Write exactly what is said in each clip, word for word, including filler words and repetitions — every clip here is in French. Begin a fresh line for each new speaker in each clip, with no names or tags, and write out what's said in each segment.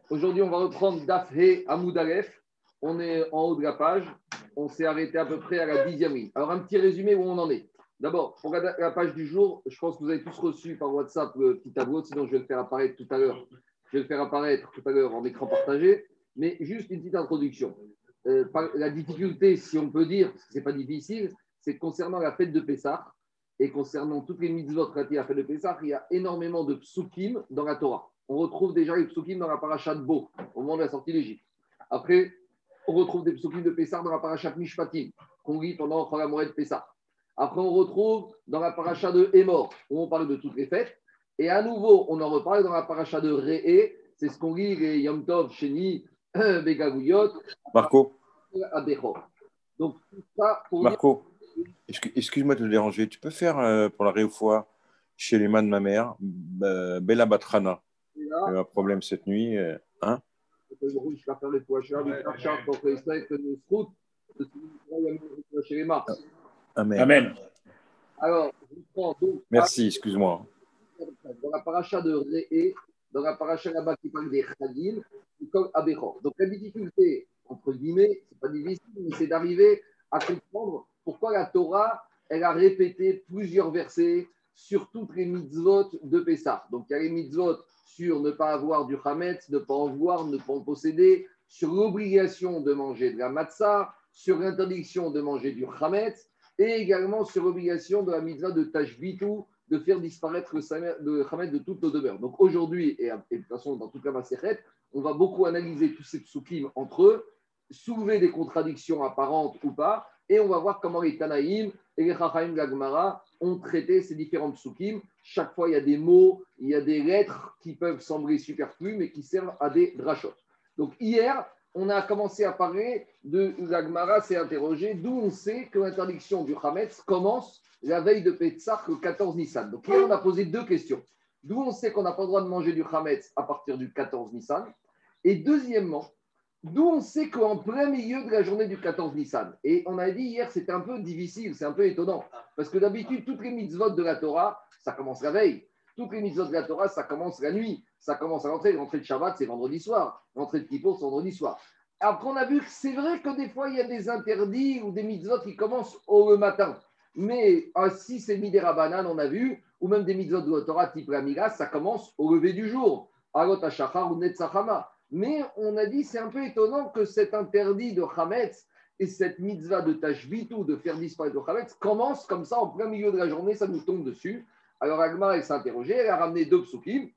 Aujourd'hui, on va reprendre Daf He Amoud Aleph. On est en haut de la page. On s'est arrêté à peu près à la dixième ligne. Alors, un petit résumé où on en est. D'abord, pour la, la page du jour, je pense que vous avez tous reçu par WhatsApp le petit tableau. Sinon, je vais le faire apparaître tout à l'heure. Je vais le faire apparaître tout à l'heure en écran partagé. Mais juste une petite introduction. Euh, par, la difficulté, si on peut dire, parce que ce n'est pas difficile, c'est concernant la fête de Pessah et concernant toutes les mitzvot relatives à la fête de Pessah, il y a énormément de psukim dans la Torah. On retrouve déjà les psukim dans la paracha de Bo, au moment de la sortie d'Égypte. Après, on retrouve des psukim de Pessah dans la paracha de Mishpatim, qu'on lit pendant la Moed de Pessah. Après, on retrouve dans la paracha de Hémor, où on parle de toutes les fêtes. Et à nouveau, on en reparle dans la paracha de Réé, c'est ce qu'on lit, les Yom Tov, Sheni, Begagouyot,
Marco,
Abechor. Donc, tout ça pour
Marco,
dire...
excuse-moi de te déranger. Tu peux faire euh, pour la réoufouа chez les mains de ma mère, euh, Bella Batrana. J'ai eu un problème cette nuit. Euh, hein
Je vais faire les poachas, les poachas, pour que les steaks nous froutent. Chez les marques.
Amen.
Amen.
Alors, je prends donc.
Merci, excuse-moi.
Dans la paracha de Réé, dans la paracha là-bas qui parle des Chagim, comme Abechor. Donc la difficulté, entre guillemets, c'est pas difficile, mais c'est d'arriver à comprendre pourquoi la Torah, elle a répété plusieurs versets sur toutes les mitzvot de Pessah. Donc il y a les mitzvot sur ne pas avoir du chametz, ne pas en voir, ne pas en posséder, sur l'obligation de manger de la matzah, sur l'interdiction de manger du chametz, et également sur l'obligation de la mitzvah de tashbitu, de faire disparaître le chametz de toutes nos demeures. Donc aujourd'hui, et, et de toute façon dans toute la Masechet, on va beaucoup analyser tous ces psukim entre eux, soulever des contradictions apparentes ou pas, et on va voir comment les Tanaïm et les Chachaim de la Gemara ont traité ces différents psukim. Chaque fois, il y a des mots, il y a des lettres qui peuvent sembler superflues, mais qui servent à des drachot. Donc hier, on a commencé à parler de la Gemara s'est interrogée, d'où on sait que l'interdiction du chametz commence la veille de Pessah, le quatorze Nissan. Donc hier, on a posé deux questions. D'où on sait qu'on n'a pas le droit de manger du chametz à partir du quatorze Nissan. Et deuxièmement, d'où on sait qu'en plein milieu de la journée du quatorze Nissan. Et on a dit hier, c'était un peu difficile, c'est un peu étonnant. Parce que d'habitude, toutes les mitzvot de la Torah, ça commence la veille. Toutes les mitzvot de la Torah, ça commence la nuit. Ça commence à l'entrée. L'entrée de Shabbat, c'est vendredi soir. L'entrée de Kippour, c'est vendredi soir. Après, on a vu que c'est vrai que des fois, il y a des interdits ou des mitzvot qui commencent au matin. Mais ah, si c'est Midera Banane, on a vu, ou même des mitzvot de la Torah type la Migas, ça commence au lever du jour. Alot HaShachar ou Netzachama. Mais on a dit, c'est un peu étonnant que cet interdit de Chametz et cette mitzvah de Tashbitu, de faire disparaître le Chametz, commence comme ça en plein milieu de la journée, ça nous tombe dessus. Alors Agma, elle s'est interrogée, elle a ramené deux psukim,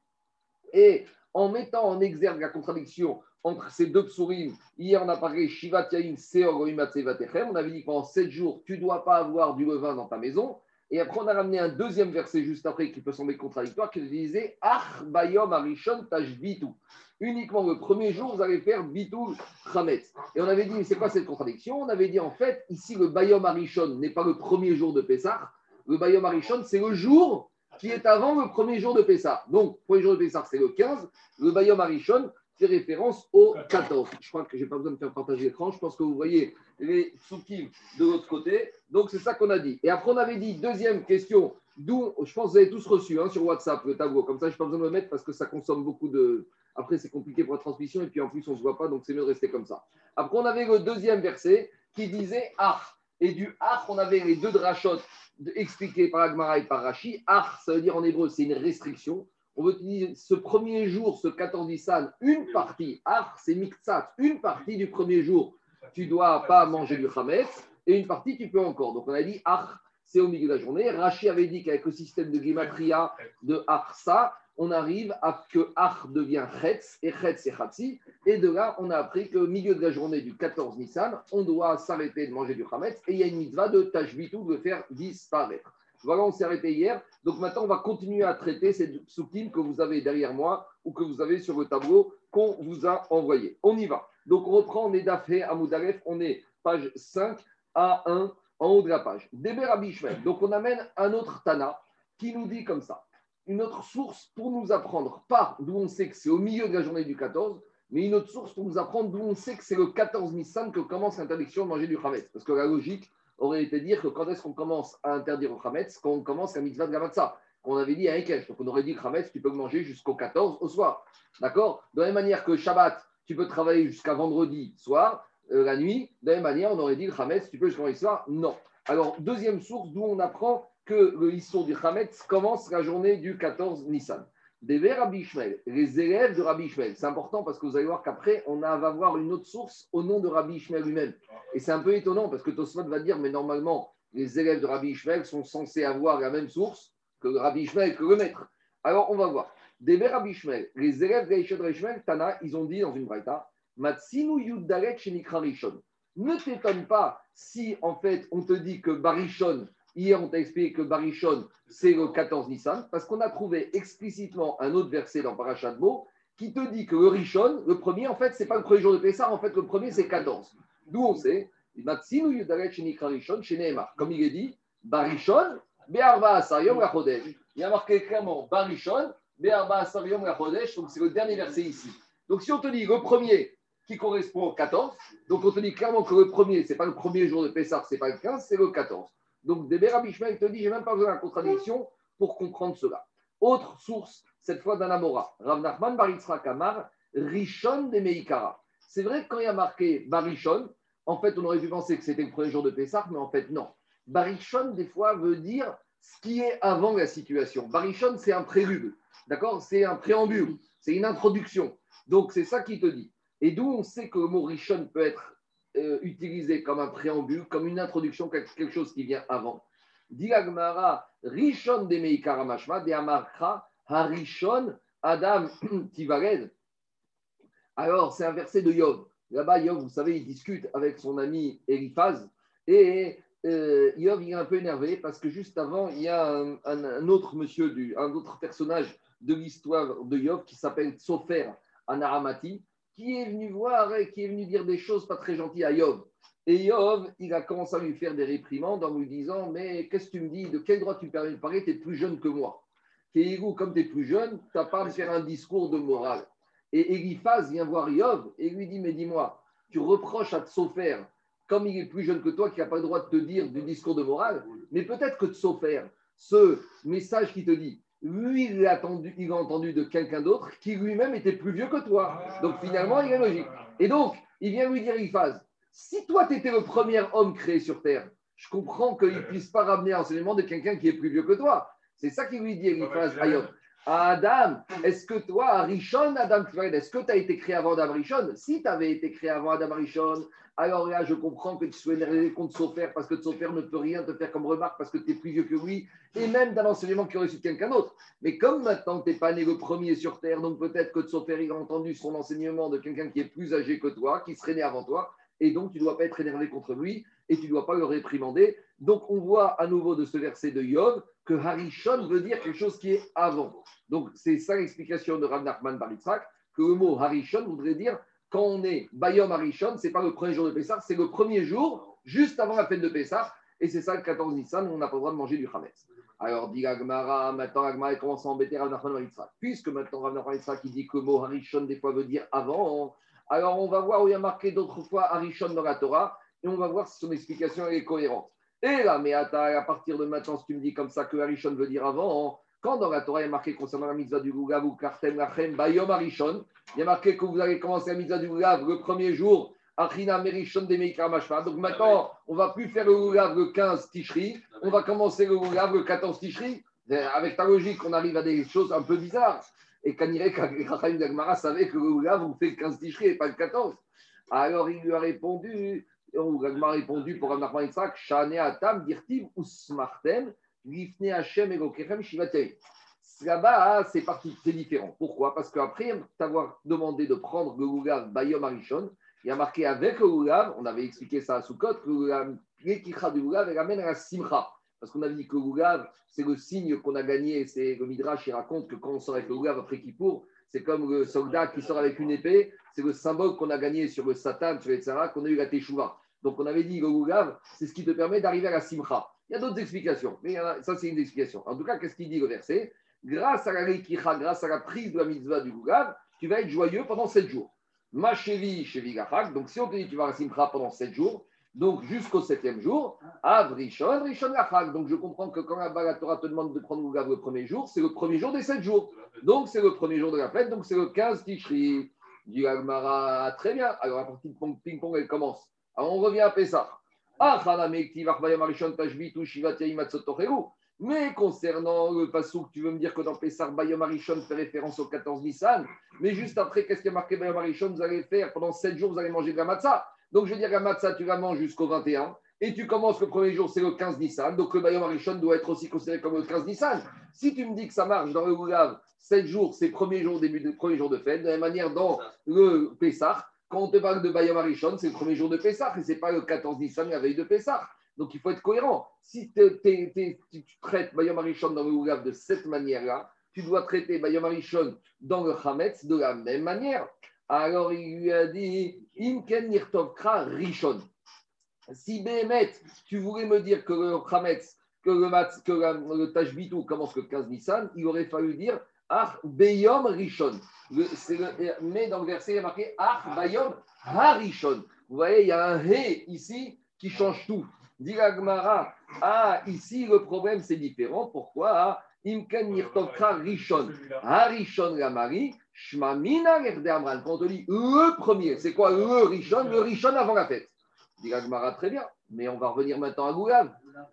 et en mettant en exergue la contradiction entre ces deux psurim, hier on a parlé Shivat Yaim Seor Vatechem, on avait dit que pendant sept jours, tu ne dois pas avoir du levain dans ta maison. Et après, on a ramené un deuxième verset juste après qui peut sembler contradictoire, qui disait Ach Bayom Arishon Tashbitu. Uniquement le premier jour, vous allez faire Bitul Chametz. Et on avait dit, mais c'est quoi cette contradiction? On avait dit, en fait, ici, le Bayom Arishon n'est pas le premier jour de Pessah. Le Bayom Arishon, c'est le jour qui est avant le premier jour de Pessah. Donc, le premier jour de Pessah, c'est le quinze. Le Bayom Arishon fait référence au quatorze. Je crois que je n'ai pas besoin de faire partager l'écran. Je pense que vous voyez les psukim de l'autre côté. Donc, c'est ça qu'on a dit. Et après, on avait dit, deuxième question, d'où, je pense que vous avez tous reçu hein, sur WhatsApp le tableau. Comme ça, je n'ai pas besoin de le mettre parce que ça consomme beaucoup de... Après, c'est compliqué pour la transmission et puis en plus, on ne se voit pas, donc c'est mieux de rester comme ça. Après, on avait le deuxième verset qui disait Ach. Et du Ach, on avait les deux drachotes expliqués par Agmara et par Rashi. Ach, ça veut dire en hébreu, c'est une restriction. On veut dire ce premier jour, ce quatorze Nissan, une partie, Ach, c'est Miktsat, une partie du premier jour, tu ne dois pas manger du Chametz et une partie, tu peux encore. Donc, on a dit Ach, c'est au milieu de la journée. Rashi avait dit qu'avec le système de Gematria de Achsa, on arrive à ce que Ach devient Chetz, et Chetz c'est Chatzi. Et de là, on a appris qu'au milieu de la journée du quatorze Nissan, on doit s'arrêter de manger du Chametz, et il y a une mitzvah de Tashbitu, de le faire disparaître. Voilà, on s'est arrêté hier. Donc maintenant, on va continuer à traiter ces psukim que vous avez derrière moi, ou que vous avez sur le tableau qu'on vous a envoyé. On y va. Donc on reprend, on est d'Afé à Amoudalef, on est page cinq à un, en haut de la page. Deber Abishmael. Donc on amène un autre Tana qui nous dit comme ça. Une autre source pour nous apprendre, pas d'où on sait que c'est au milieu de la journée du quatorze, mais une autre source pour nous apprendre d'où on sait que c'est le quatorze Nissan que commence l'interdiction de manger du Chametz. Parce que la logique aurait été de dire que quand est-ce qu'on commence à interdire le Chametz? Quand on commence la mitzvah de la matzah. on avait dit à Ekech. Donc, on aurait dit que Hametz, tu peux le manger jusqu'au quatorze au soir. D'accord? De la même manière que Shabbat, tu peux travailler jusqu'à vendredi soir, euh, la nuit. De la même manière, on aurait dit que Hametz, tu peux jusqu'à vendredi soir. Non. Alors, deuxième source d'où on apprend que le histoire du Hametz commence la journée du quatorze Nissan. Des Rabbi Ishmael, les élèves de Rabbi Ishmael. C'est important parce que vous allez voir qu'après, on va voir une autre source au nom de Rabbi Ishmael lui-même. Et c'est un peu étonnant parce que Tosfot va dire, mais normalement, les élèves de Rabbi Ishmael sont censés avoir la même source que Rabbi Ishmael, que le maître. Alors, on va voir. Des Rabbi Ishmael, les élèves d'Aïchad Rabbi Ishmael, Tana, ils ont dit dans une braïta, Matsinu Yuddaret Shenikra Rishon. Ne t'étonne pas si, en fait, on te dit que Barishon, hier, on t'a expliqué que Barishon, c'est le quatorze Nissan, parce qu'on a trouvé explicitement un autre verset dans Parashat Bo qui te dit que le Rishon, le premier, en fait, c'est pas le premier jour de Pessah, en fait, le premier, c'est quatorze. D'où on sait, Matsinu Yuddaret Shenikra Rishon, chez Nehemar. Comme il est dit, Barishon, Be'arba Asar Yom Lachodesh. Il y a marqué clairement Barishon, Be'arba Asar Yom Lachodesh, donc c'est le dernier verset ici. Donc si on te dit le premier qui correspond au quatorze, donc on te dit clairement que le premier, ce n'est pas le premier jour de Pessah, ce n'est pas le quinze, c'est le quatorze. Donc Deber Rabbi Ishmael te dit, je n'ai même pas besoin de la contradiction pour comprendre cela. Autre source, cette fois d'un Amora, Rav Nachman bar Yitzhak Amar, Rishon de Meikara. C'est vrai que quand il y a marqué Barishon, en fait on aurait pu penser que c'était le premier jour de Pessah, mais en fait non. Barishon, des fois, veut dire ce qui est avant la situation. Barishon, c'est un prélude, d'accord? C'est un préambule, c'est une introduction. Donc, c'est ça qui te dit. Et d'où on sait que le mot Rishon peut être euh, utilisé comme un préambule, comme une introduction, quelque chose qui vient avant. Dit la Gemara, Rishon de Meikara Mashma, de Amarkra, Harishon, Adam Tivared. Alors, c'est un verset de Yov. Là-bas, Yov, vous savez, il discute avec son ami Eliphaz. Et euh, Yov, il est un peu énervé parce que juste avant, il y a un, un, un autre monsieur, du, un autre personnage de l'histoire de Yov qui s'appelle Tsofer Anaramati, qui est venu voir et qui est venu dire des choses pas très gentilles à Yov. Et Yov, il a commencé à lui faire des réprimandes en lui disant « Mais qu'est-ce que tu me dis? De quel droit tu me permets de parler? Tu es plus jeune que moi. Kéhigou, comme tu es plus jeune, tu n'as pas à me faire un discours de morale. » Et Eliphaz vient voir Yov et lui dit « Mais dis-moi, tu reproches à Tsofer, comme il est plus jeune que toi, qui n'a pas le droit de te dire du discours de morale, mais peut-être que Tsofer, ce message qui te dit, lui, il l'a entendu, il a entendu de quelqu'un d'autre qui lui-même était plus vieux que toi. Donc finalement, il est logique. Et donc, il vient lui dire Eliphaz, si toi, tu étais le premier homme créé sur Terre, je comprends qu'il ne puisse pas ramener l'enseignement de quelqu'un qui est plus vieux que toi. C'est ça qu'il lui dit Eliphaz à Yov. Adam, est-ce que toi, Arishon, Adam, est-ce que tu as été créé avant Adam Rishon? Si tu avais été créé avant Adam Rishon, alors là, je comprends que tu sois énervé contre Sofer parce que Sofer ne peut rien te faire comme remarque parce que tu es plus vieux que lui et même d'un enseignement qui aurait su quelqu'un d'autre. Mais comme maintenant, tu n'es pas né le premier sur Terre, donc peut-être que Sofer, il a entendu son enseignement de quelqu'un qui est plus âgé que toi, qui serait né avant toi, et donc tu ne dois pas être énervé contre lui et tu ne dois pas le réprimander. Donc on voit à nouveau de ce verset de Yov que Harishon veut dire quelque chose qui est avant. Donc c'est ça l'explication de Rav Nachman bar Yitzhak, que le mot Harishon voudrait dire quand on est Bayom Harishon, ce n'est pas le premier jour de Pessah, c'est le premier jour, juste avant la fête de Pessah, et c'est ça le quatorze Nissan, où on n'a pas le droit de manger du Hametz. Alors dit Agmara, maintenant Agmara commence à embêter Rav Nachman bar Yitzhak. Puisque maintenant Rav Nachman bar Yitzhak il dit que le mot Harishon des fois veut dire avant, alors on va voir où il y a marqué d'autres fois Harishon dans la Torah, et on va voir si son explication est cohérente. Et là, mais à partir de maintenant, si tu me dis comme ça que Harishon veut dire avant, quand dans la Torah il y a marqué concernant la mitzvah du Lulav ou Kartem Lachem Bayom Harishon, il y a marqué que vous allez commencer la mitzvah du Lulav le premier jour, Achina Merishon de Meikar Mashma. Donc maintenant, on ne va plus faire le Lulav le quinze Tishri, on va commencer le Lulav le quatorze Tishri. Avec ta logique, on arrive à des choses un peu bizarres. Et Kanirek Rachel Dagmara savait que le Lulav, on fait le quinze Tishri et pas le quatorze. Alors il lui a répondu, Gagmar a répondu pour Rav Nachman Yitzhak, Shane Atam Dirtiv Usmartem. Là-bas, c'est parti, c'est différent. Pourquoi? Parce qu'après t'avoir demandé de prendre le Lulav Bayom Harishon, il y a marqué avec le Lulav, on avait expliqué ça à Sukkot, que l'équicha du Lulav, elle amène à la Simcha. Parce qu'on avait dit que le Lulav, c'est le signe qu'on a gagné. C'est le Midrash qui raconte que quand on sort avec le Lulav après Kippour, c'est comme le soldat qui sort avec une épée, c'est le symbole qu'on a gagné sur le Satan, sur les Tzara, qu'on a eu la Teshuvah. Donc on avait dit que le Lulav, c'est ce qui te permet d'arriver à la Simcha. Il y a d'autres explications, mais ça, c'est une explication. En tout cas, qu'est-ce qu'il dit le verset? Grâce à la Reikicha, grâce à la prise de la mitzvah du Lulav, tu vas être joyeux pendant sept jours. Ma chérie, chérie Gachak, donc si on te dit tu vas à la Simcha pendant sept jours, Donc, jusqu'au septième jour, Av Rishon, Rishon Lachag. Donc, je comprends que quand la Torah te demande de prendre Lulav le premier jour, c'est le premier jour des sept jours. Donc, c'est le premier jour de la fête, donc c'est le quinze Tishri. Dit Agmara, très bien. Alors, la partie de ping-pong, elle commence. Alors, on revient à Pessah. Mais concernant le Passouk, tu veux me dire que dans Pessah, Bayom Arishon fait référence au quatorze Nissan. Mais juste après, qu'est-ce qui est marqué Bayom Arishon? Vous allez faire, pendant sept jours, vous allez manger de la matzah. Donc, je veux dire, la matzah, tu la manges jusqu'au vingt et un. Et tu commences le premier jour, c'est le quinze Nissan. Donc, le Bayom Arishon doit être aussi considéré comme le quinze Nissan. Si tu me dis que ça marche dans le Lulav, sept jours, c'est le premier jour, début de premier jour de fête. De la même manière, dans le Pessah, quand on te parle de Bayom Arishon, c'est le premier jour de Pessah et ce n'est pas le quatorze Nissan, la veille de Pessah. Donc il faut être cohérent. Si t'es, t'es, t'es, tu traites Bayom Arishon dans le Lulav de cette manière-là, tu dois traiter Bayom Arishon dans le Chametz de la même manière. Alors il lui a dit Imken Nirtovkra Rishon. Si Béhémet, tu voulais me dire que le Chametz, que le, matz, que la, le Tashbitou commence le quinze Nissan, il aurait fallu dire Ach Bayom Rishon. Le, le, mais dans le verset, il y a marqué Ach Bayom Harishon. Vous voyez, il y a un He ici qui change tout. Dit la Gemara, ah, ici le problème c'est différent. Pourquoi? Imkan Nirtovkra Rishon. Harishon la Marie, Shmamina l'Erde Amran. Quand on te dit le premier, c'est quoi le Rishon? Le Rishon avant la fête. Dit la Gemara, très bien. Mais on va revenir maintenant à Lulav.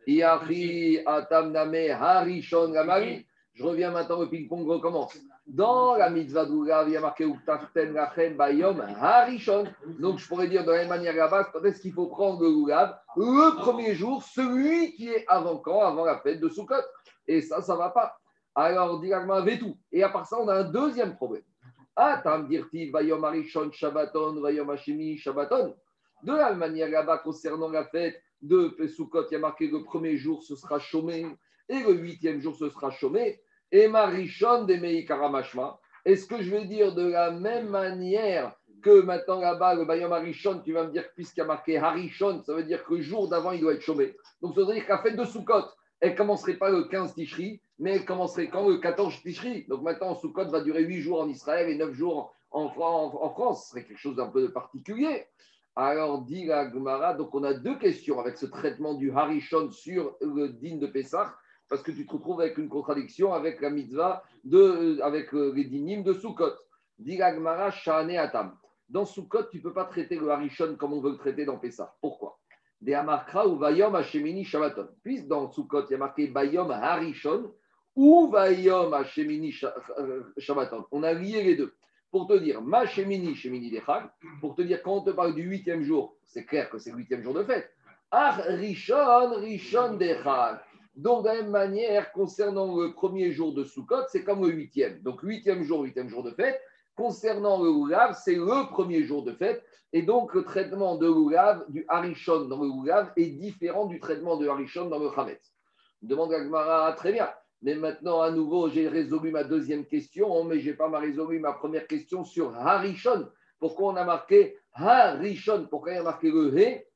Iachi Atam Name Harishon la Marie. Je reviens maintenant, le ping-pong recommence. Dans la mitzvah d'Oulav, il y a marqué Uktarten Lachem Bayom Harishon. Donc je pourrais dire de la même manière là-bas, quand est-ce qu'il faut prendre le Oulav? Le premier jour, celui qui est avant quand? Avant la fête de Sukkot. Et ça, ça ne va pas. Alors, directement avec tout. Et à part ça, on a un deuxième problème. Ah, tam dirti Bayom Harishon Shabbaton, Bayom Hashemi Shabbaton. De la même manière là-bas, concernant la fête de Sukkot, il y a marqué le premier jour, ce sera chômé. Et le huitième jour, ce sera chômé. Et Marishon de Meikaramashma. Est-ce que je vais dire de la même manière que maintenant là-bas, le Bayom Harishon, tu vas me dire, puisqu'il y a marqué Harishon, ça veut dire que le jour d'avant, il doit être chômé. Donc ça veut dire que la fête de Sukkot, elle ne commencerait pas le quinze Tishri, mais elle commencerait quand? Le quatorze Tishri. Donc maintenant, Sukkot va durer huit jours en Israël et neuf jours en, en, en France. Ce serait quelque chose d'un peu particulier. Alors, dit la Gemara, donc on a deux questions avec ce traitement du Harishon sur le din de Pessah. Parce que tu te retrouves avec une contradiction avec la mitzvah, de, avec les dinim de Sukkot. Dit la Gemara, Shane Atam. Dans Sukkot, tu ne peux pas traiter le Harishon comme on veut le traiter dans Pessah. Pourquoi? Des Amarkra ou Vayom Hashemini Shabbaton. Puisque dans Sukkot, il y a marqué Vayom Harishon ou Vayom Hashemini Shabbaton. On a lié les deux. Pour te dire, Ma Shemini Shemini Dechag, pour te dire, quand on te parle du huitième jour, c'est clair que c'est le huitième jour de fête. Ach Rishon, Rishon Dechag. Donc, de la même manière, concernant le premier jour de Sukkot, c'est comme le huitième. Donc, huitième jour, huitième jour de fête. Concernant le Lulav, c'est le premier jour de fête. Et donc, le traitement de Lulav, du Harishon dans le Lulav, est différent du traitement de Harishon dans le Chametz. Demande à Gemara, très bien. Mais maintenant, à nouveau, j'ai résolu ma deuxième question, mais je n'ai pas résolu ma première question sur Harishon. Pourquoi on a marqué Harishon? Pourquoi il y a marqué le He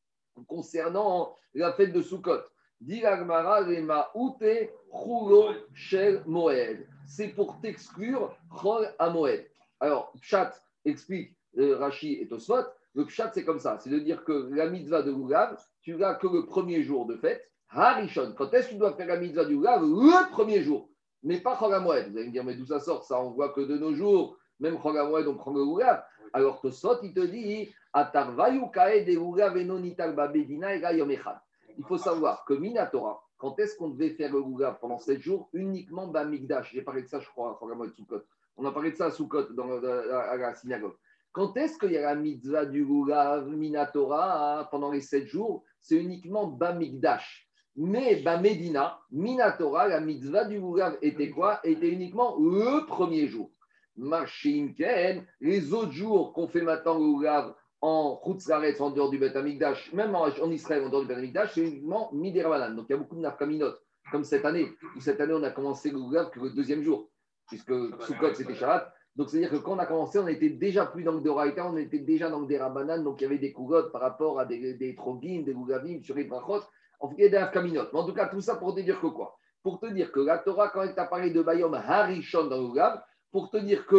concernant la fête de Sukkot? C'est pour t'exclure Chol Hamoed. Alors, Pshat explique euh, Rashi et Tosfot. Le Pshat, c'est comme ça. C'est de dire que la mitzvah de Lulav, tu l'as que le premier jour de fête. Harishon. Quand est-ce que tu dois faire la mitzvah du Lulav? Le premier jour. Mais pas Chol Hamoed. Vous allez me dire, mais d'où ça sort ça? On voit que de nos jours, même Chol Hamoed, on prend le Lulav. Alors, Tosfot, il te dit Atarvayu kae de Lulav enonital babedina ega yom echad. Il faut savoir que Minatora, quand est-ce qu'on devait faire le Lulav pendant sept jours? Uniquement Bamikdash. J'ai parlé de ça, je crois, à Sukkot. On a parlé de ça à Sukkot, dans, à, à la synagogue. Quand est-ce qu'il y a la mitzvah du Lulav, Minatora, hein, pendant les sept jours? C'est uniquement Bamikdash. Mais Bamedina, Minatora, la mitzvah du Lulav était quoi? Était uniquement le premier jour. Machinken, les autres jours qu'on fait maintenant le Lulav, en Chutzaretz, en dehors du Beth Amikdash, même en, en Israël, en dehors du Beth Amikdash, c'est uniquement Midirabanan. Donc il y a beaucoup de nafkaminot, comme cette année, où cette année on a commencé le Lulav que le deuxième jour, puisque Sukkot c'était Shabbat. Donc c'est-à-dire que quand on a commencé, on n'était déjà plus dans le Doraïta, on était déjà dans le Derabanan, donc il y avait des Kougot par rapport à des, des Trogim, des Lulavim, sur les Brachot, en fait il y a des nafkaminot. Mais en tout cas, tout ça pour te dire que quoi? Pour te dire que la Torah, quand elle t'a parlé de Bayom Harishon dans le Lulav, pour te dire que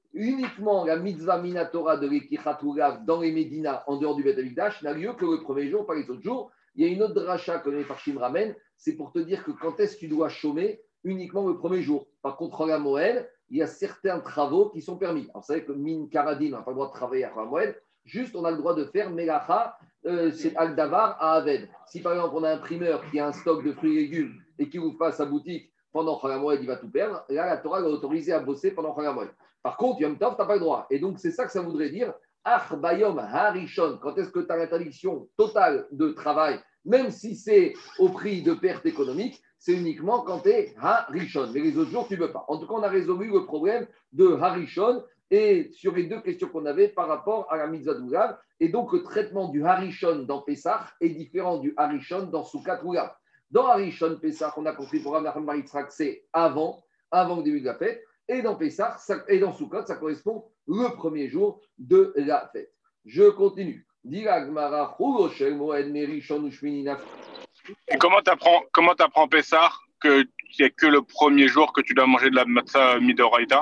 uniquement la mitzvah minatora de l'Ekichat Lulav dans les Médinas, en dehors du Beth Amikdash, n'a lieu que le premier jour, pas les autres jours. Il y a une autre dracha que les Farshim ramènent, c'est pour te dire que quand est-ce que tu dois chômer uniquement le premier jour. Par contre, la Moël, il y a certains travaux qui sont permis. Alors, vous savez que Min Karadim n'a pas le droit de travailler à la Moël, juste on a le droit de faire Melacha, euh, c'est Al-Davar à Aved. Si par exemple on a un primeur qui a un stock de fruits et légumes et qui ouvre pas sa boutique pendant Chag HaMoed, il va tout perdre, là la Torah l'a autorisé à bosser pendant Chag HaMoed. Par contre, Yom Tov, tu n'as pas le droit. Et donc c'est ça que ça voudrait dire. Ach Bayom Harishon, quand est-ce que tu as l'interdiction totale de travail, même si c'est au prix de perte économique, c'est uniquement quand tu es Harishon. Mais les autres jours, tu ne peux pas. En tout cas, on a résolu le problème de Harishon et sur les deux questions qu'on avait par rapport à la mitzvah d'Oulav. Et donc, le traitement du Harishon dans Pessah est différent du Harishon dans Soukat Oulav. Dans Harishon, Pessah, on a compris pour Abraham Baritzrak, c'est avant, avant le début de la fête. Et dans Pessah, ça, et dans Soukot, ça correspond le premier jour de la fête. Je continue.
Et comment tu apprends, comment tu apprends Pessah que c'est que le premier jour que tu dois manger de la matzah midoraïta?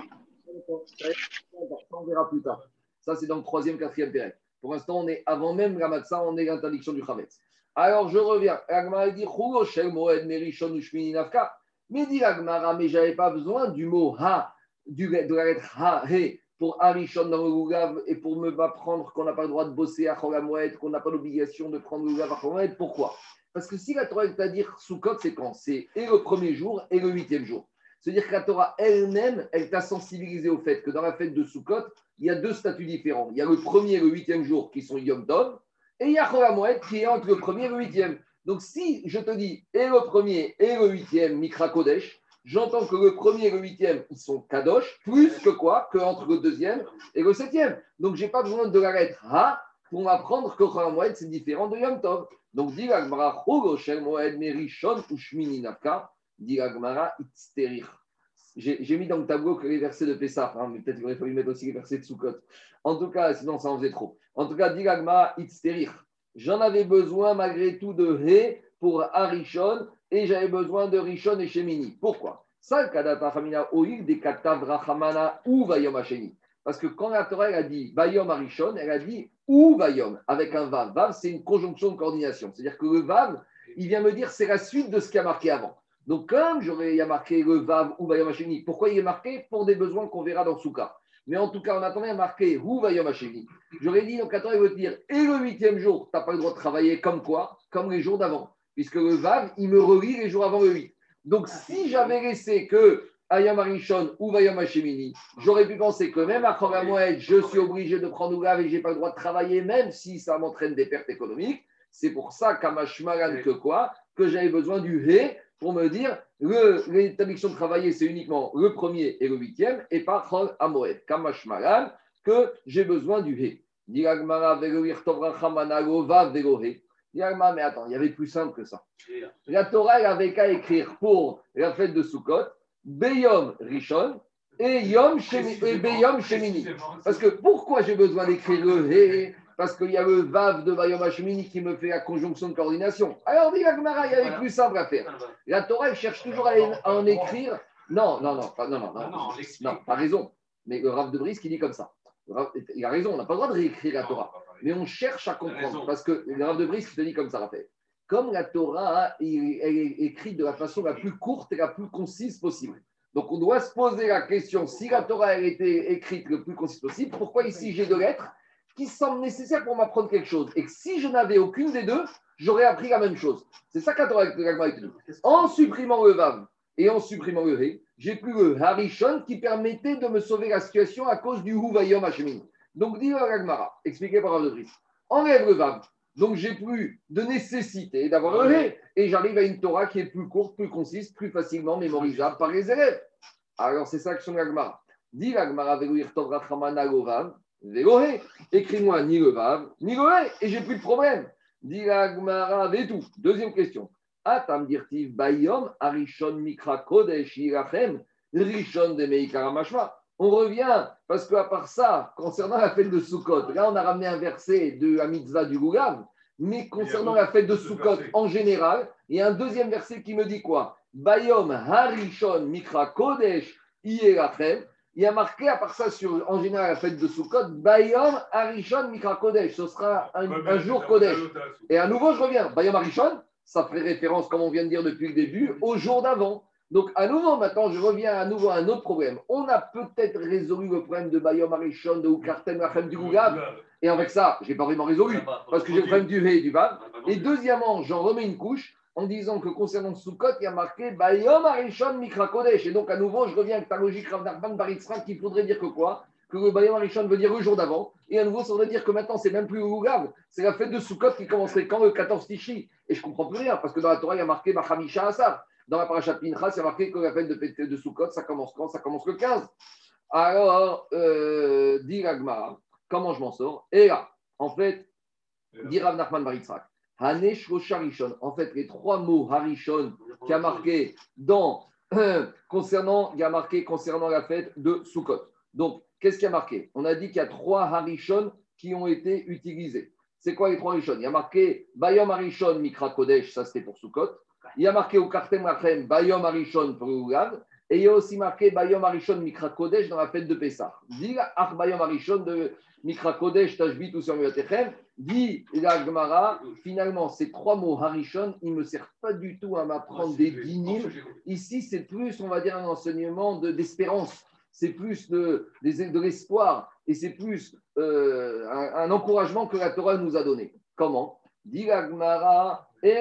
On verra plus tard. Ça, c'est dans le troisième, quatrième péril. Pour l'instant, on est avant même la matzah, on est l'interdiction du chametz. Alors, je reviens. Agmara dit mais dit Agmara, mais je n'avais pas besoin du mot ha, du, de la lettre ha, he, pour Harishon dans le Lulav et pour me m'apprendre qu'on n'a pas le droit de bosser à Chol HaMoed, qu'on n'a pas l'obligation de prendre le Lulav à Chol HaMoed. Pourquoi? Parce que si la Torah est à dire Sukkot, c'est quand? C'est et le premier jour et le huitième jour. C'est-à-dire que la Torah elle-même, elle t'a sensibilisé au fait que dans la fête de Sukkot, il y a deux statuts différents. Il y a le premier et le huitième jour qui sont Yom Tov, et il y a Chol HaMoed qui est entre le premier et le huitième. Donc si je te dis et le premier et le huitième, Mikra Kodesh, j'entends que le premier et le huitième, ils sont Kadosh, plus que quoi? Que entre le deuxième et le septième. Donc je n'ai pas besoin de la lettre Ha pour m'apprendre que Chol HaMoed, c'est différent de Yom Tov. Donc dit l'Agmara, Chol Moed Merishon Ushmini Nafka, dit l'Agmara, Itzterich. J'ai mis dans le tableau que les versets de Pessah, hein, mais peut-être qu'il aurait fallu mettre aussi les versets de Sukkot. En tout cas, sinon ça en faisait trop. En tout cas, dit l'Agmara, Itzterich. J'en avais besoin malgré tout de He pour Harishon et j'avais besoin de Rishon et Shemini. Pourquoi? Ça, Kadata Famina Oil, des Katav Rachamana ou Vayom Hasheni. Parce que quand la Torah elle a dit Vayom Harishon, elle a dit ou Vayom avec un Vav. Vav, c'est une conjonction de coordination. C'est-à-dire que le Vav, il vient me dire c'est la suite de ce qui a marqué avant. Donc, comme j'aurais il y a marqué le Vav ou Vayom Hasheni, pourquoi il est marqué? Pour des besoins qu'on verra dans Souka. Mais en tout cas, on attendait à marquer ou Vayom Hasheni. J'aurais dit, donc, attends, il veut te dire, et le huitième jour, tu n'as pas le droit de travailler comme quoi? Comme les jours d'avant. Puisque le Vav, il me relie les jours avant le huit. Donc, si j'avais laissé que Ayam Arishon ou Vayom Hashemini, j'aurais pu penser que même à Chol HaMoed, je suis obligé de prendre Ougav et je n'ai pas le droit de travailler, même si ça m'entraîne des pertes économiques. C'est pour ça qu'à Mashmalan, que quoi? Que j'avais besoin du He pour me dire l'interdiction de travailler, c'est uniquement le premier et le huitième, et pas Chol HaMoed. Kamashmalan, que j'ai besoin du He. Diragmara veloir Tovrachamana Lova velohe. Diragmara, mais attends, il y avait plus simple que ça. La Torah, elle avait qu'à écrire pour la fête de Sukkot, Beyom Rishon et Yom Shemini, et Beyom Shemini. Parce que pourquoi j'ai besoin d'écrire le He? Parce qu'il y a le Vav de Vayom Hashemini qui me fait la conjonction de coordination. Alors, dit la Gemara, il y avait plus simple à faire. La Torah, elle cherche toujours à, à en écrire. Non, non, non, pas, non, non, non, non, non, pas raison. Mais le Rav de Brice qui dit comme ça. Il a raison, on n'a pas le droit de réécrire la Torah. Mais on cherche à comprendre. Parce que le Rav de Brice qui te dit comme ça, Raphaël. Comme la Torah, elle est écrite de la façon la plus courte et la plus concise possible. Donc, on doit se poser la question, si la Torah a été écrite le plus concise possible, pourquoi ici j'ai deux lettres qui semblent nécessaires pour m'apprendre quelque chose? Et que si je n'avais aucune des deux, j'aurais appris la même chose. C'est ça que la Torah a dit. En supprimant le Vav et en supprimant le He, j'ai plus le Harishon qui permettait de me sauver la situation à cause du Hu Vayom Hashemini. Donc, dit la Gemara, expliqué par Rav de Brice, enlève le Vav. Donc, j'ai plus de nécessité d'avoir le He. Et j'arrive à une Torah qui est plus courte, plus concise, plus facilement mémorisable par les élèves. Alors, c'est ça que son Gemara. Dit la Gemara, velouir tov rachamana lovav, velohe. Écris-moi ni le Vav, ni le He. Et j'ai plus de problème. Dit la Gemara, tout. Deuxième question. Atam dirtiv bayom arishon mikra kodesh yirachem rishon de meikara mashma. On revient, parce qu'à part ça, concernant la fête de Sukkot, là on a ramené un verset de la mitzvah du Lulav, mais concernant la fête de Sukkot en général, il y a un deuxième verset qui me dit quoi? Bayom harishon mikra kodesh yirachem. il y a marqué, à part ça, sur, en général, la fête de Sukkot, Bayom Arishon Mikra Kodesh. Ce sera un, ouais, un jour Kodesh. Et à nouveau, je reviens. Bayom Arishon, ça fait référence, comme on vient de dire depuis le début, au jour d'avant. Donc, à nouveau, maintenant, je reviens à nouveau à un autre problème. On a peut-être résolu le problème de Bayom Arishon, de Oukartem, Lachem du Gougab. Et avec ça, je n'ai pas vraiment résolu, parce que j'ai le problème duVé et du Vav. Et deuxièmement, j'en remets une couche en disant que concernant Sukkot, il y a marqué Bayom Arishon Mikra Kodesh. Et donc, à nouveau, je reviens avec ta logique Rav Nachman Bar Yitzchak, qu'il faudrait dire que quoi? Que le Bayom Arishon veut dire le jour d'avant. Et à nouveau, ça voudrait dire que maintenant, c'est même plus le Gougab. C'est la fête de Sukkot qui commencerait quand? Le quatorze Tishi. Et je ne comprends plus rien, parce que dans la Torah, il y a marqué Bachamisha Asar. Dans la parashat Pinchas, il y a marqué que la fête de, de Sukkot, ça commence quand? Ça commence le quinze. Alors, euh, dit Ragmara, comment je m'en sors? Et là, en fait, dit Rav Nachman Bar Yitzchak, Hanesh Rosh Harishon, en fait, les trois mots Harishon qui a marqué dans, euh, concernant, il y a marqué concernant la fête de Sukkot. Donc, qu'est-ce qui a marqué? On a dit qu'il y a trois Harishon qui ont été utilisés. C'est quoi les trois Harishon? Il y a marqué Bayom Harishon Mikra Kodesh, ça c'était pour Sukkot. Il y a marqué au Kartem Lachem Bayom Harishon pour le Gougab. Et il y a aussi marqué Bayom Harishon Mikra Kodesh dans la fête de Pessah. Dit Ach Bayom Harishon de Mikra Kodesh Tashbit ou sur Miotechem. Dit la Gemara, finalement, ces trois mots Harishon, ils ne me servent pas du tout à m'apprendre des dynimes. Ici, c'est plus, on va dire, un enseignement de, d'espérance. C'est plus de, de, de l'espoir. Et c'est plus euh, un, un encouragement que la Torah nous a donné. Comment? Dit la Gemara,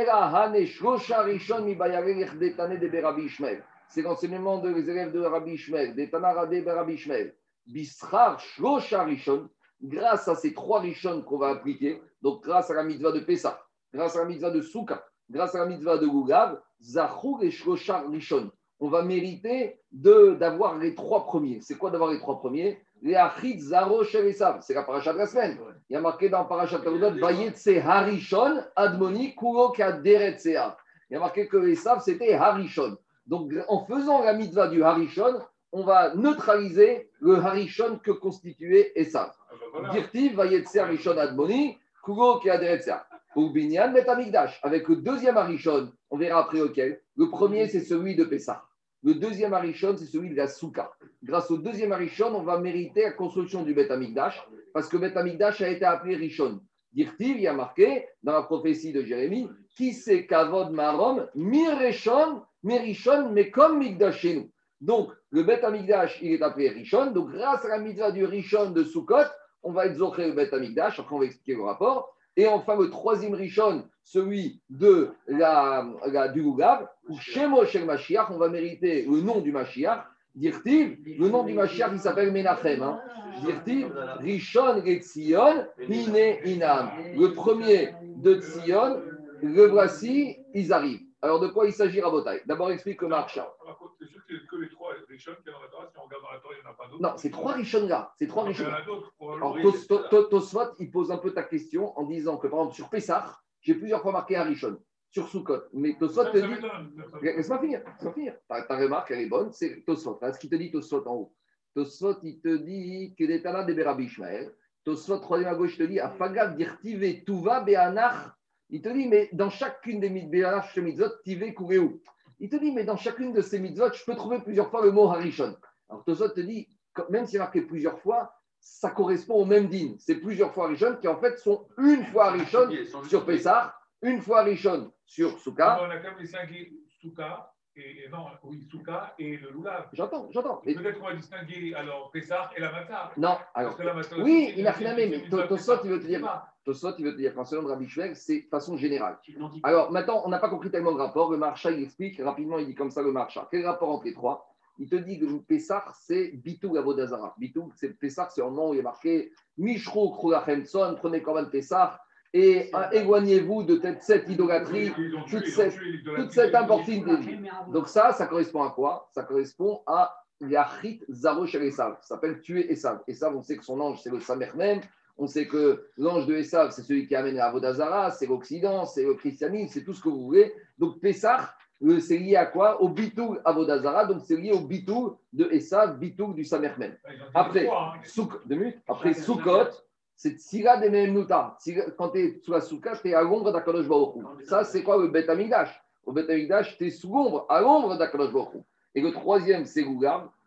c'est l'enseignement des élèves de Rabbi Ishmael, des Tanaradé de Rabbi Ishmael. Bischar Shlosha Rishon, grâce à ces trois Rishon qu'on va appliquer, donc grâce à la mitzvah de Pessah, grâce à la mitzvah de Souka, grâce à la mitzvah de Gougab, Zachur et Shlosha Rishon. On va mériter de, d'avoir les trois premiers. C'est quoi d'avoir les trois premiers? Les Achid Zaro Shel Esav. C'est la paracha de la semaine. Il y a marqué dans paracha Talmud, Vayetse Harishon Admoni Kuro Kaderetsea. Il y a marqué que Esav c'était Harishon. Donc en faisant la mitzvah du Harishon, on va neutraliser le Harishon que constituait Esav. Dirtiv Vayetse Harishon Admoni Kuro Kaderetsea. Ou Binyan Betamikdash. Avec le deuxième Harishon, on verra après lequel. Le premier c'est celui de Pessah. Le deuxième Harishon, c'est celui de la Souka. Grâce au deuxième Harishon, on va mériter la construction du Beth Amikdash, parce que Beth Amikdash a été appelé Rishon. Dirtiv, il y a marqué dans la prophétie de Jérémie, qui c'est Kavod Marom, Mirishon, Mirishon, mais comme Mikdash chez nous. Donc, le Beth Amikdash, il est appelé Rishon. Donc, grâce à la mitzvah du Rishon de Sukkot, on va exaucer le Beth Amikdash. Après, on va expliquer le rapport. Et enfin, le troisième Rishon, celui de la, la, du Gougab, ou Shemo Shel Mashiach, on va mériter le nom du Mashiach. Dirtiv, le nom du Mashiach, il s'appelle Menachem. Hein. Dirtiv, Rishon et Tzion, Hine Inam. Le premier de Tzion, le voici, ils arrivent. Alors, de quoi il s'agit, Rabotai? D'abord, explique le Maharsha.
C'est sûr que c'est que les trois Rishon qui sont dans la Torah. Si on regarde dans la Torah, il n'y en a pas d'autres.
Non, c'est trois Rishon là. C'est trois Rishon. Alors, Tosfot, il pose un peu ta question en disant que, par exemple, sur Pessah, j'ai plusieurs fois marqué Harishon. Sur Sukkot. Mais Tosfot te dit. Laisse-moi finir. Laisse-moi finir. Ta, ta remarque, elle est bonne. C'est Tosfot. Ce qu'il te dit, Tosfot en haut. Tosfot, il te dit que des Tana de Rabbi Ishmael. Tosfot, troisième à gauche, il te dit Afagav dirtive tuva be'anach. Il te dit, mais dans chacune des mitzvot, tive kureu. Il te dit, mais dans chacune de ces mitzvot, je peux trouver plusieurs fois le mot Harishon. Alors Tosfot te dit, même s'il est marqué plusieurs fois, ça correspond au même din. C'est plusieurs fois Harishon qui en fait sont une fois Harishon sur Pessah, une fois Harishon sur Souka.
On a quand même distingué Souka et non, oui, Souka et le Lulav.
J'entends, j'entends.
Et peut-être qu'on va distinguer alors Pessah et la Matzah.
Non, alors.
Matzah
oui, il a finalement, mais Tosfot, il veut te dire. Tosfot, il veut te dire qu'en selon Rabbi Ishmael, c'est de façon générale. Alors maintenant, on n'a pas compris tellement le rapport. Le Maharsha, il explique rapidement, il dit comme ça le Maharsha. Quel rapport entre les trois? Il te dit que le Pessah, c'est Bitou Avodazara. Bitou, c'est Pessah, c'est un nom où il est marqué Mishro Krulachem Tson, prenez Korban Pessah et éloignez-vous de cette idolâtrie, toute cette, toute cette importunité. Donc ça, ça correspond à quoi? Ça correspond à Yachit Zaro Shel Esav. Ça s'appelle tuer Esav. Esav, on sait que son ange, c'est le Samer même. On sait que l'ange de Esav, c'est celui qui amène à Avodazara, c'est l'Occident, c'est le christianisme, c'est tout ce que vous voulez. Donc Pessah, c'est lié à quoi? Au Bitoul Avodazara, donc c'est lié au Bitoul de Esav, Bitoul du Samer même. Après, Souk, deux minutes. Après Sukkot, c'est Tsira de Memnuta. Quand tu es sous la Souka, tu es à l'ombre d'Akadosh Baruch Hu. Ça, c'est quoi le Beth Amikdash? Au Beth Amikdash, tu es sous l'ombre, à l'ombre d'Akadosh Baruch Hu. Et le troisième, c'est Gougab.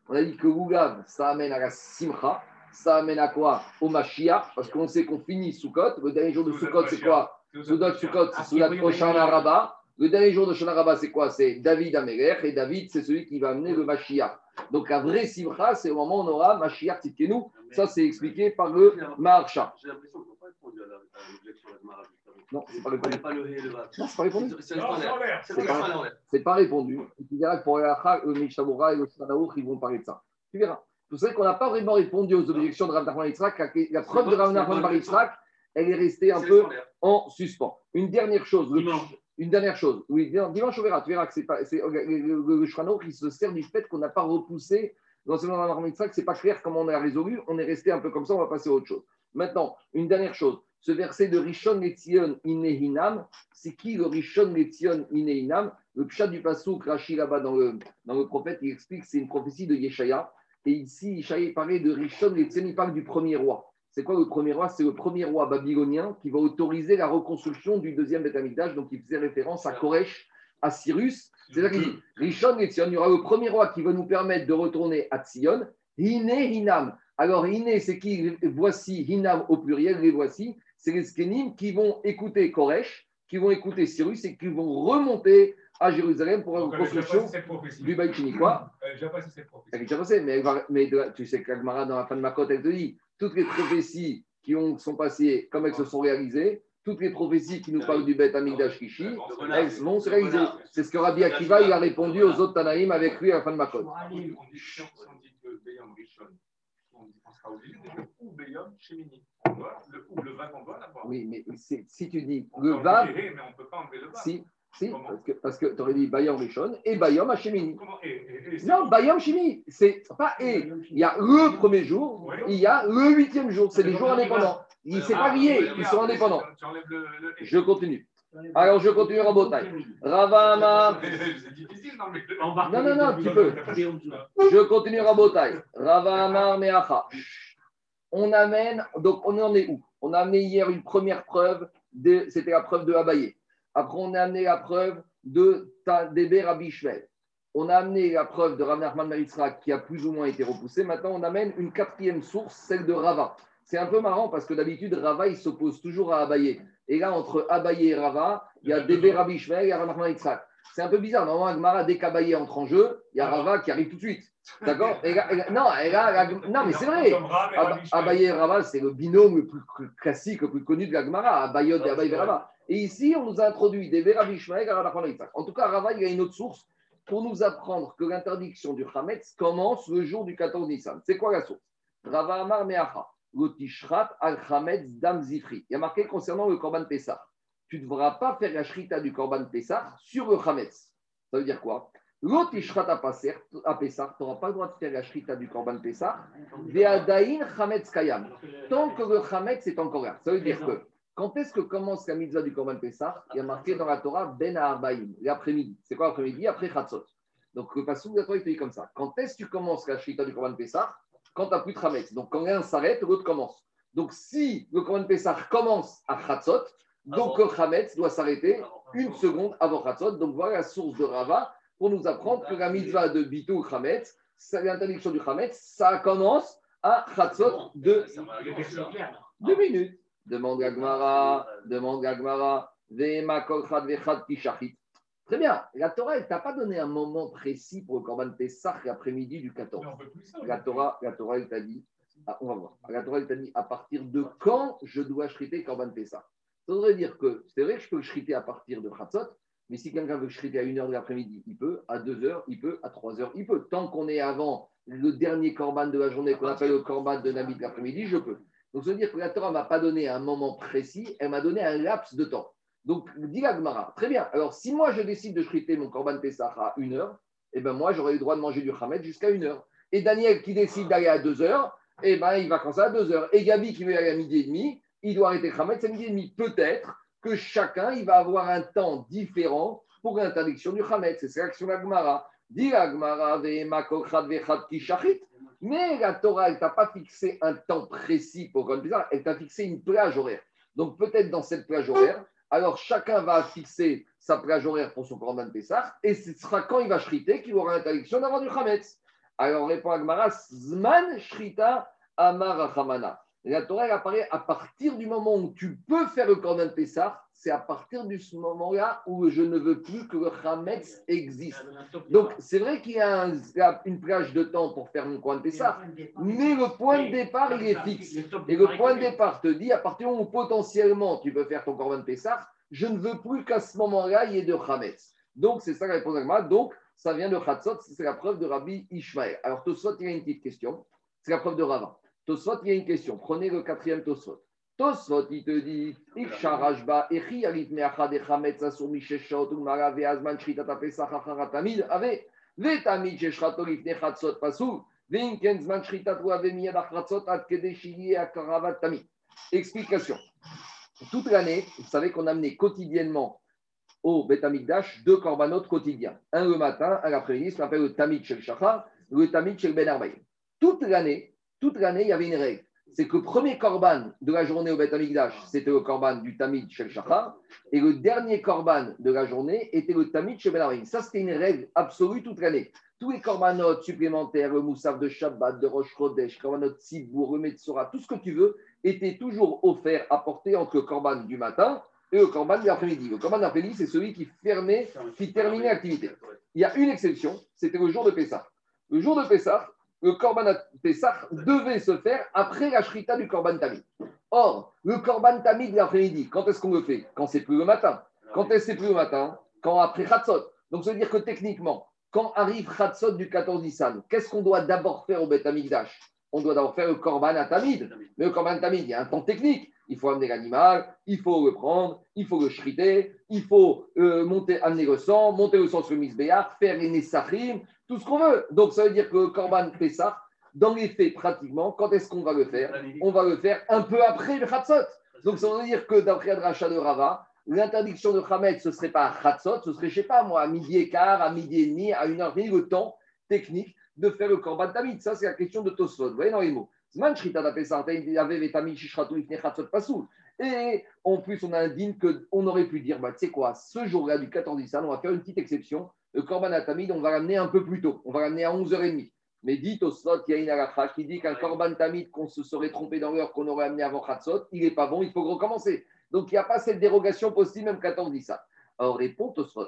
On a dit que Lulav, ça amène à la Simcha. Ça amène à quoi? Au Mashiach, parce qu'on sait qu'on finit Sukkot. Le dernier jour de Sukkot, c'est quoi? Soudat Sukkot, c'est Soudat Hoshana Rabbah. Le dernier jour de Hoshana Rabbah, c'est quoi? C'est David Amelech. Et David, c'est celui qui va amener le Mashiach. Donc la vraie Simcha, c'est au moment où on aura Mashiach Tzidkenu. Ça, c'est expliqué par le Maharsha.
J'ai l'impression qu'on n'a pas répondu à l'objection de Mara.
Non, c'est pas répondu.
Pas le hé et le va.
Non, c'est pas répondu.
C'est le l'air.
C'est pas, c'est pas répondu. Tu verras que pour Yachar, le Mishabura et le Shanaour, ils vont parler de ça. Tu verras. Vous savez qu'on n'a pas vraiment répondu aux objections de Rav Nachman Yitzhak. La preuve de Rav Nachman Bar Yitzhak, elle est restée un peu en suspens. Une dernière chose. Le, une dernière chose. Oui, dimanche, on verra. Tu verras que c'est pas, c'est, le, le, le Shanaour qui se sert du fait qu'on n'a pas repoussé l'enseignement de Rav Nachman Yitzhak. C'est pas clair comment on a résolu. On est resté un peu comme ça. On va passer à autre chose. Maintenant, une dernière chose. Ce verset de Rishon Letzion Inehinam, c'est qui le Rishon Letzion Inehinam? Le pshat du Passouk, Rashi là-bas dans le, dans le prophète, il explique que c'est une prophétie de Yeshaya. Et ici, Yeshaya parlait de Rishon Letzion, il parle du premier roi. C'est quoi le premier roi? C'est le premier roi babylonien qui va autoriser la reconstruction du deuxième Beth Amikdash. Donc il faisait référence à Koresh, à Cyrus. C'est ça qu'il dit. Rishon Letzion, il y aura le premier roi qui va nous permettre de retourner à Tzion. Hine Hinam. Alors, Hine, c'est qui? Voici, Hinam au pluriel, les voici. C'est les Skenim qui vont écouter Koresh, qui vont écouter Cyrus et qui vont remonter à Jérusalem pour la construction du Baït Sheni. Quoi?
Elle est déjà passée cette prophétie.
Elle est déjà passée, mais, elle va, mais tu sais que l'Agmara, dans la fin de Makot, elle te dit toutes les prophéties qui ont, sont passées, comme elles se sont réalisées, toutes les prophéties qui nous parlent du Beth Amikdash Kishi, elles vont se réaliser. C'est ce que Rabbi Akiva il a répondu aux autres Tanaïm avec lui à la fin de Makot.
On dit que Beyam Rishon, on sera obligé de dire ou Beyam Shemini. Le ou, le vav, on doit l'avoir.
Oui, mais si tu dis le vav.
Mais on ne peut pas enlever le vav.
Si. Si, parce que tu aurais dit Bayom Rishon et Bayom Hashemini.
Comment et, et, et,
Non, Bayom Shemini, c'est pas et. Il y a le premier jour, oui. Il y a le huitième jour. C'est des jours indépendants. Ils c'est pas lié, ils sont indépendants. Le, le, je continue. Alors je continue en bataille. Ravama.
C'est difficile, non mais.
Non, non, non, tu peux. Je continue en bataille. Ravama Meacha. On amène, donc on en est où? On a amené hier une première preuve, de, c'était la preuve de Abaye. Après, on a amené la preuve de Tadebe Rabbi Shmuel. On a amené la preuve de Rav Nachman Bar Yitzhak qui a plus ou moins été repoussée. Maintenant, on amène une quatrième source, celle de Rava. C'est un peu marrant parce que d'habitude, Rava, il s'oppose toujours à Abaye. Et là, entre Abaye et Rava, il y a Debe Rabbi Shmuel et Rav Nachman Bar Yitzhak. C'est un peu bizarre. Normalement, Agmara, dès qu'Abaye entre en jeu, il y a Rava qui arrive tout de suite. D'accord et là, et là, non, et là, non, mais c'est vrai. Abaye et Rava, c'est le binôme le plus classique, le plus connu de l'Agmara. Abayot et Abaye et Rava. Et ici, on nous a introduit des Rabbi Shmuel et Rav Nachman Bar Yitzhak. En tout cas, Rava, il y a une autre source pour nous apprendre que l'interdiction du Chametz commence le jour du quatorze Nissan. C'est quoi la source? Rava Amar Meacha, Lotishrat al Chametz Dam Zifri. Il y a marqué concernant le Korban Pessah. Tu ne devras pas faire la shrita du Korban Pessah sur le Chametz. Ça veut dire quoi? Lotishrat à Pessah, tu n'auras pas le droit de faire la shrita du Korban Pessah. Ve'adain Chametz Kayam. Tant que le Chametz est encore là. Ça veut dire que quand est-ce que commence la mitzvah du Korban Pessah? Il y a marqué dans la Torah Ben Ha'arbaïm, l'après-midi. C'est quoi l'après-midi? Après Chatzot. Donc le passage de la Torah, il te dit comme ça. Quand est-ce que tu commences la shrita du Korban Pessah? Quand tu n'as plus de Chametz. Donc quand l'un s'arrête, l'autre commence. Donc si le Korban Pessah commence à Chatzot, donc le Chametz doit s'arrêter une seconde avant Chatzot. Donc voilà la source de Rava pour nous apprendre que la mitzvah de Bitou Chametz, l'interdiction du Chametz, ça commence à Chatzot de deux minutes. Demande Gagmara, demande Gagmara, Vema Kolchad Vechad Kishachit. Très bien, la Torah, elle ne t'a pas donné un moment précis pour le Korban Pessah l'après-midi du quatorze. La Torah, la Torah, elle t'a dit, ah, on va voir, la Torah, elle t'a dit à partir de quand je dois shriter Korban Pessah. Ça voudrait dire que c'est vrai que je peux le shriter à partir de Chatzot, mais si quelqu'un veut shriter à une heure de l'après-midi, il peut, à deux heures, il peut, à trois heures, il peut. Tant qu'on est avant le dernier Korban de la journée qu'on appelle le Korban de Nabi de l'après-midi, je peux. Donc, ça veut dire que la Torah ne m'a pas donné un moment précis, elle m'a donné un laps de temps. Donc, dit la Gemara, très bien. Alors, si moi, je décide de shriter mon Korban Pessah à une heure, eh ben moi, j'aurai le droit de manger du Chametz jusqu'à une heure. Et Daniel qui décide d'aller à deux heures, eh ben, il va commencer à deux heures. Et Gabi qui veut aller à midi et demi, il doit arrêter le Chametz à midi et demi. Peut-être que chacun, il va avoir un temps différent pour l'interdiction du Chametz. C'est l'action de la Gemara. Dit la Gemara, ve'ema kolchad vechad kishachit. Mais la Torah, elle ne t'a pas fixé un temps précis pour Korban Pessah, elle t'a fixé une plage horaire. Donc peut-être dans cette plage horaire, alors chacun va fixer sa plage horaire pour son Korban Pessah, et ce sera quand il va shriter qu'il aura l'interdiction d'avoir du Chametz. Alors répond Agmara, Zman Shrita Amar Rachamana. La Torah elle apparaît à partir du moment où tu peux faire le Korban Pessah, c'est à partir de ce moment-là où je ne veux plus que le Chametz existe. Donc c'est vrai qu'il y a un, une plage de temps pour faire mon Korban Pessah, mais le point de départ il est fixe. Et le point de départ te dit, à partir du moment où potentiellement tu peux faire ton Korban Pessah, je ne veux plus qu'à ce moment-là il y ait de Chametz. Donc c'est ça la réponse d'Agmara. Donc ça vient de Chatzot, c'est la preuve de Rabbi Ishmael. Alors Tosfot, il y a une petite question, c'est la preuve de Rava. Tosfot, il y a une question. Prenez le quatrième Tosfot. Tosfot, il te dit Ikshar Echi Arit Meachad Echametz Asur Misheshot Umara Veazman Shritat Pesach Acharat Tamid Ave Vetamid Sheshrato Lifnei Chatzot Pasul Veinken Zman Shritat Ave Miyad Achatzot Ad Kedei Shili Akaravat Tamid. Explication. Toute l'année, vous savez qu'on amenait quotidiennement au Beth Amikdash deux korbanot quotidiens. Un le matin, un l'après-midi, ce qu'on appelle le Tamid Shel Shachar, le Tamid Shel Ben Arbaïm. Toute l'année, toute l'année, il y avait une règle. C'est que le premier korban de la journée au Beth Amikdash, c'était le korban du Tamid Shel Shachar, et le dernier korban de la journée était le Tamid Shel Ben Arbaïm. Ça, c'était une règle absolue toute l'année. Tous les korbanot supplémentaires, le Moussaf de Shabbat, de Rosh Chodesh, korbanot Tzibour, le Metzora, tout ce que tu veux, étaient toujours offerts, apportés entre le korban du matin et le korban de l'après-midi. Le korban de l'après-midi, c'est celui qui fermait, qui terminait l'activité. Il y a une exception, c'était le jour de Pessah. Le jour de Pessah, le korban Pessah devait se faire après la shrita du korban Tamid. Or, le korban Tamid de l'après-midi, quand est-ce qu'on le fait? Quand c'est plus le matin. Quand est-ce que c'est plus le matin? Quand après Chatzot. Donc, ça veut dire que techniquement, quand arrive Chatzot du quatorze Nissan, qu'est-ce qu'on doit d'abord faire au Beth Amikdash? On doit d'abord faire le korban à Tamid. Mais le korban Tamid, il y a un temps technique. Il faut amener l'animal, il faut le prendre, il faut le shriter, il faut euh, monter, amener le sang, monter le sang sur le misbéach, faire les nessachim, tout ce qu'on veut. Donc ça veut dire que le korban Pessah, dans les faits pratiquement, quand est-ce qu'on va le faire? On va le faire un peu après le Chatzot. Donc ça veut dire que d'après le rachat de Rava, l'interdiction de Chametz, ce ne serait pas à Chatzot, ce serait, je ne sais pas moi, à midi et quart, à midi et demi, à une heure et demie, le temps technique de faire le korban Tamid. Ça, c'est la question de Tosfot. Vous voyez dans les mots. Et en plus, on indique qu'on aurait pu dire, bah, tu sais quoi, ce jour-là du quatorze Nissan, on va faire une petite exception. Le korban Tamid, on va l'amener un peu plus tôt. On va l'amener à onze heures trente. Mais dit Tosfot, il y a une halakha qui dit qu'un korban Tamid, qu'on se serait trompé dans l'heure qu'on aurait amené avant Chatzot, il n'est pas bon, il faut recommencer. Donc, il n'y a pas cette dérogation possible, même quatorze Nissan. Alors, répond Tosfot.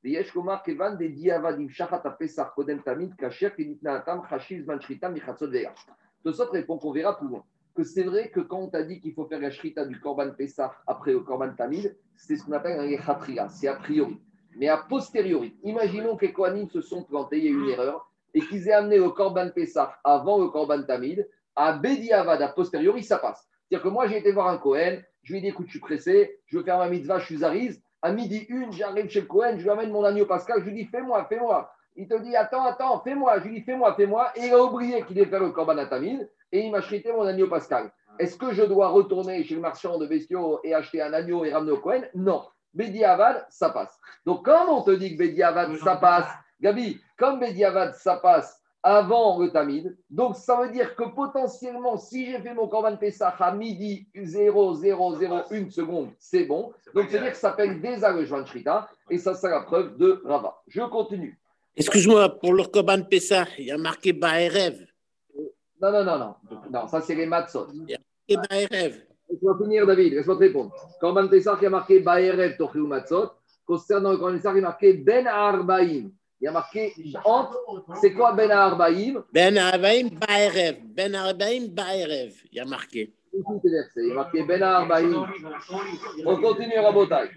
Tosfot répond qu'on verra plus loin. Que c'est vrai que quand on t'a dit qu'il faut faire la shrita du korban Pessah après le korban Tamid, c'est ce qu'on appelle un echatria, c'est a priori. Mais a posteriori, imaginons que les Kohanim se sont plantés, il y a eu une erreur, et qu'ils aient amené le korban Pessah avant le korban Tamid, à Bediavad, a posteriori, ça passe. C'est-à-dire que moi, j'ai été voir un Kohen, je lui ai dit, écoute, je suis pressé, je veux faire ma mitzvah, je suis zariz. À midi une, j'arrive chez le Kohen, je lui amène mon agneau pascal, je lui dis, fais-moi, fais-moi. Il te dit, attends, attends, fais-moi. Je lui dis, fais-moi, fais-moi. Et il a oublié qu'il devait faire le korban Tamid et il m'a shrité mon agneau pascal. Est-ce que je dois retourner chez le marchand de bestiaux et acheter un agneau et ramener au Kohen? Non. Bedi Avad, ça passe. Donc, quand on te dit que Bedi Avad, ça passe, Gabi, comme Bedi Avad, ça passe avant le Tamid, donc ça veut dire que potentiellement, si j'ai fait mon korban Pessah à midi zéro zéro zéro un seconde, c'est bon. Donc, c'est-à-dire que ça s'appelle déjà le Joan Shrita et ça, c'est la preuve de Rava. Je continue.
Excuse-moi, pour le korban Pessah, il y a marqué Ba'erev.
Non, non, non, non. Non, ça, c'est les matzot.
Il y a marqué Ba'erev.
Laisse-moi finir, David. Laisse-moi te répondre. Korban Pessah, il y a marqué Ba'erev, Tochiou Matzot. Concernant le korban Pessah, il y a marqué Ben Arbaïm. Il y a marqué entre. C'est quoi Ben Arbaïm?
Ben Arbaïm Ba'erev. Ben Arbaïm Ba'erev. Il y a marqué.
Il y a marqué Ben Arbaïm. On continue, Rabotai.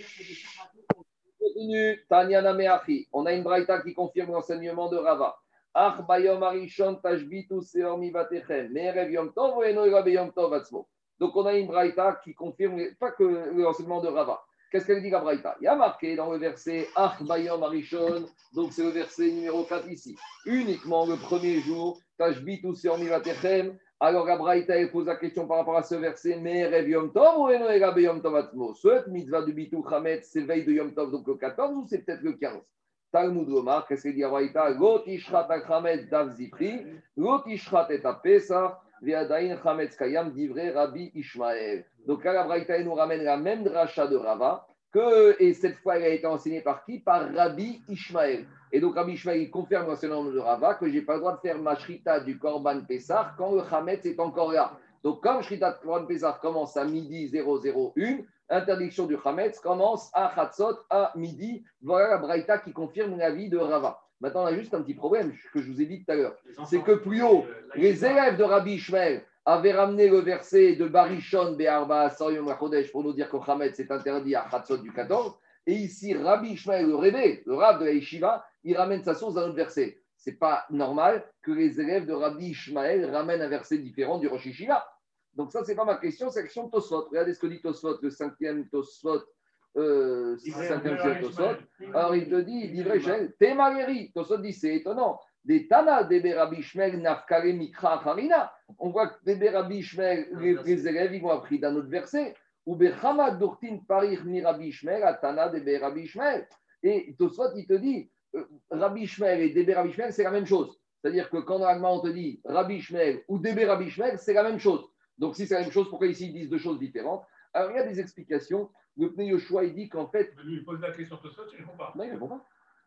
Continue, Tanyana Meachi. On a une braïta qui confirme l'enseignement de Rava. Ach bayom arishon tashbitu seor mivatechem. Me'erev yom tov ou eno irabe yom tov atzmo. Donc on a une braïta qui confirme, pas que l'enseignement de Rava. Qu'est-ce qu'elle dit la braïta? Il y a marqué dans le verset Ach bayom arishon, donc c'est le verset numéro quatre ici. Uniquement le premier jour, tashbitu seor mivatechem. Alors, la Braïta, elle pose la question par rapport à ce verset, mais Rev Yom Tov ou Eno Erabe Yom Tov Atzmo? Cette mitzvah du Bitou Chametz, c'est veille de Yom Tov, donc le quatorze, ou c'est peut-être le quinze? Talmud Lomar, qu'est-ce qu'il dit à Braïta? Lo tishrat al-Chametz dav zipri, lo tishrat et apesa, ve'adain Chametz kayam divrei Rabbi Ishmael. Donc là, la Braïta, elle nous ramène la même dracha de Rava, que, et cette fois, elle a été enseignée par qui? Par Rabbi Ishmael. Et donc, Rabbi Ishmael, il confirme l'enseignement de Rava que je n'ai pas le droit de faire ma shrita du Korban Pessah quand le Hametz est encore là. Donc, comme shrita de Korban Pessah commence à midi zéro zéro un, interdiction du Hametz commence à Chatzot, à midi. Voilà la Braïta qui confirme l'avis de Rava. Maintenant, on a juste un petit problème que je vous ai dit tout à l'heure. C'est que plus haut, les élèves de Rabbi Ishmael avaient ramené le verset de Barishon Be'arba Sayom Lachodesh pour nous dire que Hametz est interdit à Chatzot du quatorze. Et ici, Rabbi Ishmael, le Rebbe, le Rav de la Yeshiva, il ramène sa source d'un autre verset. Ce n'est pas normal que les élèves de Rabbi Ishmael ramènent un verset différent du Rosh Yeshiva. Donc ça, ce n'est pas ma question, c'est la question de Tosfot. Regardez ce que dit Tosfot, le cinquième Tosfot, euh, cinquième Tosfot. Alors il te dit, il dit vrai, Témaléri. Tosfot dit, c'est étonnant. Des Tana, des Rabbi Ishmael, Nafkare Mikra Harina. On voit que des Rabbi Ishmael, les, les élèves, ils vont appris d'un autre verset. Ou Bechama Dortin Parir Mi Rabbi Ishmael, Atana de Rabbi Ishmael. Et Tosfot, il te dit, euh, Rabbi Ishmael et Débé Rabbi Ishmael, c'est la même chose. C'est-à-dire que quand normalement on te dit Rabbi Ishmael ou Débé Rabbi Ishmael, c'est la même chose. Donc si c'est la même chose, pourquoi ici ils disent deux choses différentes? Alors il y a des explications. Le Pnei Yoshua, il dit qu'en fait.
Mais lui, il pose la question sur Tosfot, tu ne réponds pas.
Non, il ne répond pas.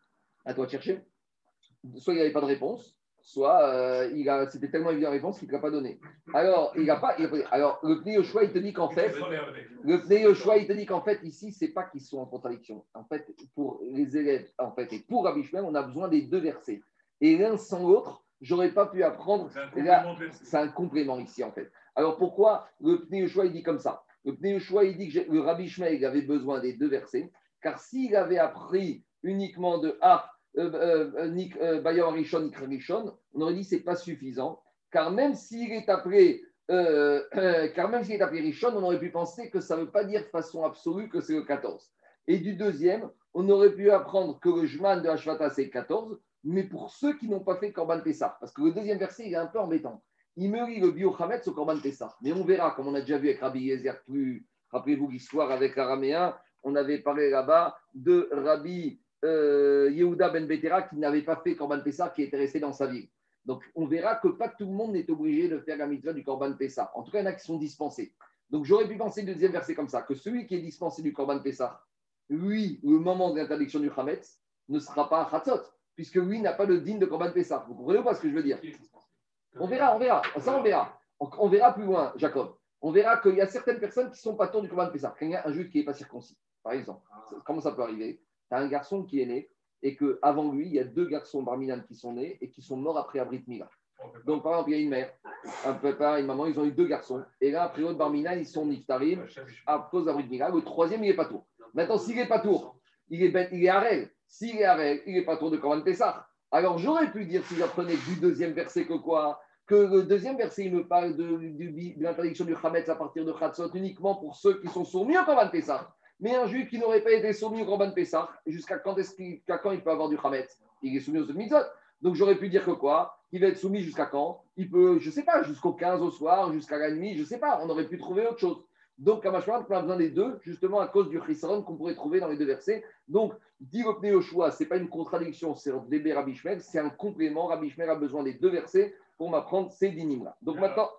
À toi de chercher. Soit il n'avait pas de réponse, soit euh, il a, c'était tellement évident la réponse qu'il ne l'a pas donné. Alors, il a pas, il a, alors le Pnei Yoshua, il te dit qu'en fait, le Pnei Yoshua, il te dit qu'en fait, ici, c'est pas qu'ils sont en contradiction. En fait, pour les élèves, en fait, et pour Rabbi Shmuel, on a besoin des deux versets. Et l'un sans l'autre, j'aurais pas pu apprendre. C'est un, là, c'est un complément ici, en fait. Alors pourquoi le Pnei Yoshua, il dit comme ça? Le Pnei Yoshua, il dit que le Rabbi Shmuel, il avait besoin des deux versets, car s'il avait appris uniquement de A, Euh, euh, euh, Bayam Rishon, Nikra Rishon, on aurait dit que ce n'est pas suffisant, car même s'il est appelé, euh, euh, car même s'il est appelé Rishon, on aurait pu penser que ça ne veut pas dire de façon absolue que c'est le quatorze. Et du deuxième, on aurait pu apprendre que le Jman de Hashvata c'est quatorze, mais pour ceux qui n'ont pas fait Korban Pessah, parce que le deuxième verset il est un peu embêtant. Il me lit le bio Hametz au Korban Pessah, mais on verra, comme on a déjà vu avec Rabbi Yezer, plus, rappelez-vous l'histoire avec l'araméen, on avait parlé là-bas de Rabbi Euh, Yehuda ben Betera qui n'avait pas fait Korban Pessah, qui était resté dans sa ville. Donc on verra que pas tout le monde n'est obligé de faire la mitzvah du Korban Pessah. En tout cas, il y en a qui sont dispensés. Donc j'aurais pu penser le deuxième verset comme ça, que celui qui est dispensé du Korban Pessah, lui, le moment de l'interdiction du Hametz, ne sera pas Hatzot, puisque lui n'a pas le digne de Korban Pessah. Vous comprenez pas ce que je veux dire? On verra, on verra. Ça, on verra. On, on verra plus loin, Jacob. On verra qu'il y a certaines personnes qui sont pas tour du Korban Pessah. Quand il y a un juif qui n'est pas circoncis, par exemple. Comment ça peut arriver? Tu as un garçon qui est né et qu'avant lui, il y a deux garçons barminan qui sont nés et qui sont morts après Abrit Mila. Donc, par exemple, il y a une mère, un papa, une maman, ils ont eu deux garçons. Et là, après l'autre barminan, ils sont niftarim à cause d'Abrit Mila. Le troisième, il n'est pas tour. Maintenant, s'il n'est pas tour, il est, il est arel. S'il est arel, il n'est pas tour de Korban Pessah. Alors, j'aurais pu dire, si j'apprenais du deuxième verset que quoi? Que le deuxième verset, il me parle de, de, de l'interdiction du Hametz à partir de Chatzot uniquement pour ceux qui sont soumis au Korban Pessah. Mais un juif qui n'aurait pas été soumis au Korban Pessah, jusqu'à quand, est-ce qu'il, jusqu'à quand il peut avoir du Hametz? Il est soumis aux autres mitzvot. Donc j'aurais pu dire que quoi? Il va être soumis jusqu'à quand? Il peut, je ne sais pas, jusqu'au quinze au soir, jusqu'à la nuit, je ne sais pas. On aurait pu trouver autre chose. Donc à Mashmarat, on a besoin des deux, justement à cause du Chisaron qu'on pourrait trouver dans les deux versets. Donc, dit le Pnei Yoshua, ce n'est pas une contradiction, c'est le bébé Rabbi Shmuel, c'est un complément. Rabbi Shmuel a besoin des deux versets pour m'apprendre ces dynimes-là. Donc maintenant,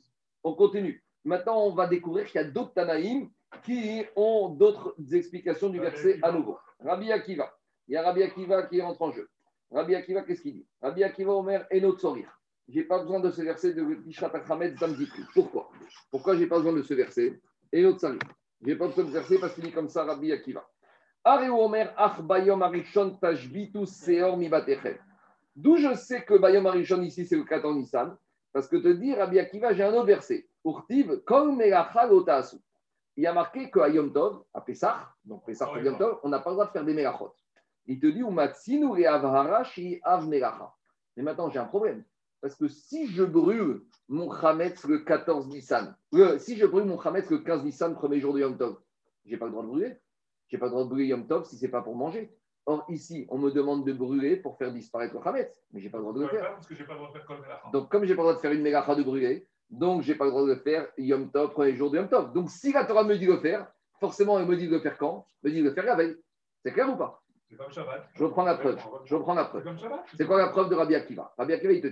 on continue. Maintenant, on va découvrir qu'il y a d'autres Tanaïm qui ont d'autres explications du verset à nouveau. Rabbi Akiva, il y a Rabbi Akiva qui rentre en jeu. Rabbi Akiva, qu'est-ce qu'il dit? Rabbi Akiva Omer Enot Sorir. Je n'ai pas besoin de ce verset de Tishat Hametz Damzikri. Pourquoi? Pourquoi je n'ai pas besoin de ce verset? Enot Sorir. Je n'ai pas besoin de ce verset parce qu'il dit comme ça Rabbi Akiva. Areu Omer Ach Bayom Arishon Tashbitu Seor Mibatechem. D'où je sais que Bayom Arishon ici c'est le quatorze Nissan, parce que te dit Rabbi Akiva, j'ai un autre verset. Urtiv Kol Melacha Lotasu. Il y a marqué qu'à Yom Tov, à Pessah, donc Pessah pour Yom Tov, on n'a pas le droit de faire des melachot. Il te dit, Umatsinu et Avhara shi Av Melacha. Mais maintenant, j'ai un problème. Parce que si je brûle mon Chametz le quatorze Nissan, euh, si je brûle mon Chametz le quinze Nissan, premier jour de Yom Tov, je n'ai pas le droit de brûler. Je n'ai pas le droit de brûler Yom Tov si ce n'est pas pour manger. Or, ici, on me demande de brûler pour faire disparaître le Chametz, mais je n'ai pas le droit de le faire.
Parce que j'ai pas le droit de faire comme Melacha.
Donc, comme je n'ai pas le droit de faire une Melacha de brûler, donc, je n'ai pas le droit de le faire Yom Tov, premier jour de Yom Tov. Donc, si la Torah me dit de le faire, forcément, elle me dit de le faire quand? Elle me dit de le faire la veille. C'est clair ou pas?
C'est comme Shabbat.
Je reprends la preuve. Je reprends la preuve.
C'est comme Shabbat.
C'est quoi la preuve de Rabbi Akiva? Rabbi Akiva, il te dit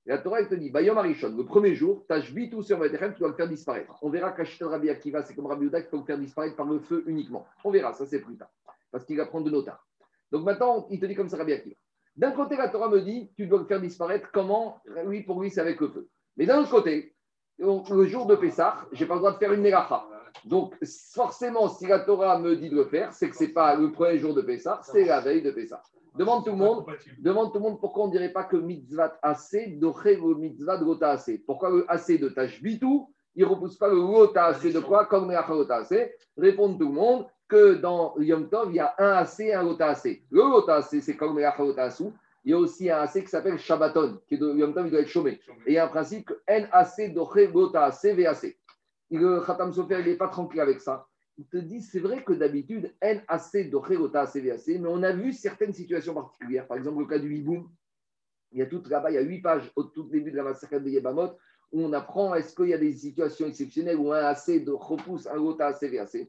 La Torah, elle te dit, Bayom Arishon, le premier jour, Tashbitu sur Betechem, tu dois le faire disparaître. On verra qu'Achtel Rabbi Akiva, c'est comme Rabbi Yehuda qui peut le faire disparaître par le feu uniquement. On verra, ça c'est plus tard. Parce qu'il apprend de nos tard. Donc maintenant, il te dit comme ça, Rabbi Akiva. D'un côté, la Torah me dit, tu dois le faire disparaître. Comment? Oui, pour lui, c'est avec le feu. Mais d'un autre côté, le jour de Pessah, je n'ai pas le droit de faire une mélacha. Donc, forcément, si la Torah me dit de le faire, c'est que ce n'est pas le premier jour de Pessah, c'est la veille de Pessah. Demande tout le monde, demande tout le monde pourquoi on ne dirait pas que mitzvat assez doché le mitzvat de lota assez. Pourquoi le assez de tashbitu, il ne repousse pas le lota assez de quoi comme le lota assez. Répondre tout le monde que dans Yom Tov, il y a un assez et un lota assez. Le lota assez, c'est comme le lota assez. Il y a aussi un assez qui s'appelle Shabbaton, qui est de Yom Tov, il doit être chômé. Et il y a un principe que N assez doché lota assez V assez. Le Khatam Sofer, il n'est pas tranquille avec ça. Il te dit, c'est vrai que d'habitude, N assez doché lota assez V assez, mais on a vu certaines situations particulières. Par exemple, le cas du hiboum. Il y a tout là-bas, il y a huit pages au tout début de la massacre de Yebamot où on apprend est-ce qu'il y a des situations exceptionnelles où un assez de repousse, un lota assez V assez.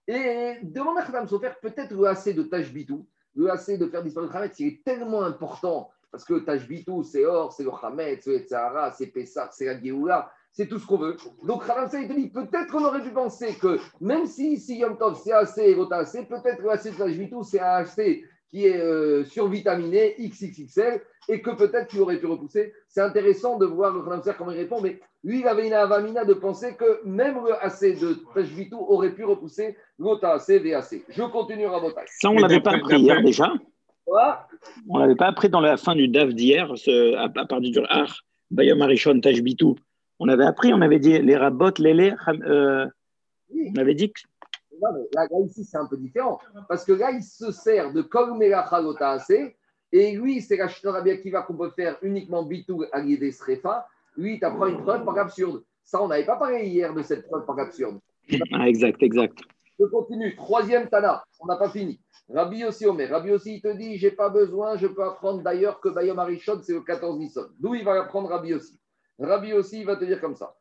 Et demande à Khatam Sofer, peut-être le assez de Tashbitu, le assez de faire disparaître le Hametz, il est tellement important parce que Tashbitu, c'est or, c'est le Hametz, c'est le Tzahara, c'est Pessah, c'est la Géoula. C'est tout ce qu'on veut. Donc, Khatam Sofer, il te dit, peut-être qu'on aurait pu penser que même si, si Yom Tov, c'est assez et Lota assez, peut-être que assez de Tashbitu, c'est un assez qui est euh, survitaminé, X X X L, et que peut-être tu aurais pu repousser. C'est intéressant de voir le Khatam Sofer comment il répond, mais lui, il avait une avamina de penser que même le assez de Tashbitu aurait pu repousser Lota assez, V assez. Je continue à voter.
Ça, on ne l'avait pas appris hier déjà.
Voilà.
On ne l'avait pas appris dans la fin du D A F d'hier, ce, à, à part du dur Ar, Bayom Arishon, Tashbitu. On avait appris, on avait dit les rabots, les laits, euh,
oui.
On avait dit que.
Non, mais là, là, ici, c'est un peu différent. Parce que là, il se sert de Kol Melacha Lota Assez. Et lui, c'est la Shita Rabbi Akiva qu'on peut faire uniquement Bitou à l'idée Srefa. Lui, il t'apprend une preuve par absurde. Ça, on n'avait pas parlé hier de cette preuve par absurde.
Ah, exact, exact.
Je continue. Troisième Tana. On n'a pas fini. Rabbi aussi, Omer. Rabbi aussi, il te dit j'ai pas besoin, je peux apprendre d'ailleurs que Bayom Arishon, c'est le quatorze Nissan. D'où il va apprendre Rabbi aussi. Rabbi aussi, il va te dire comme ça.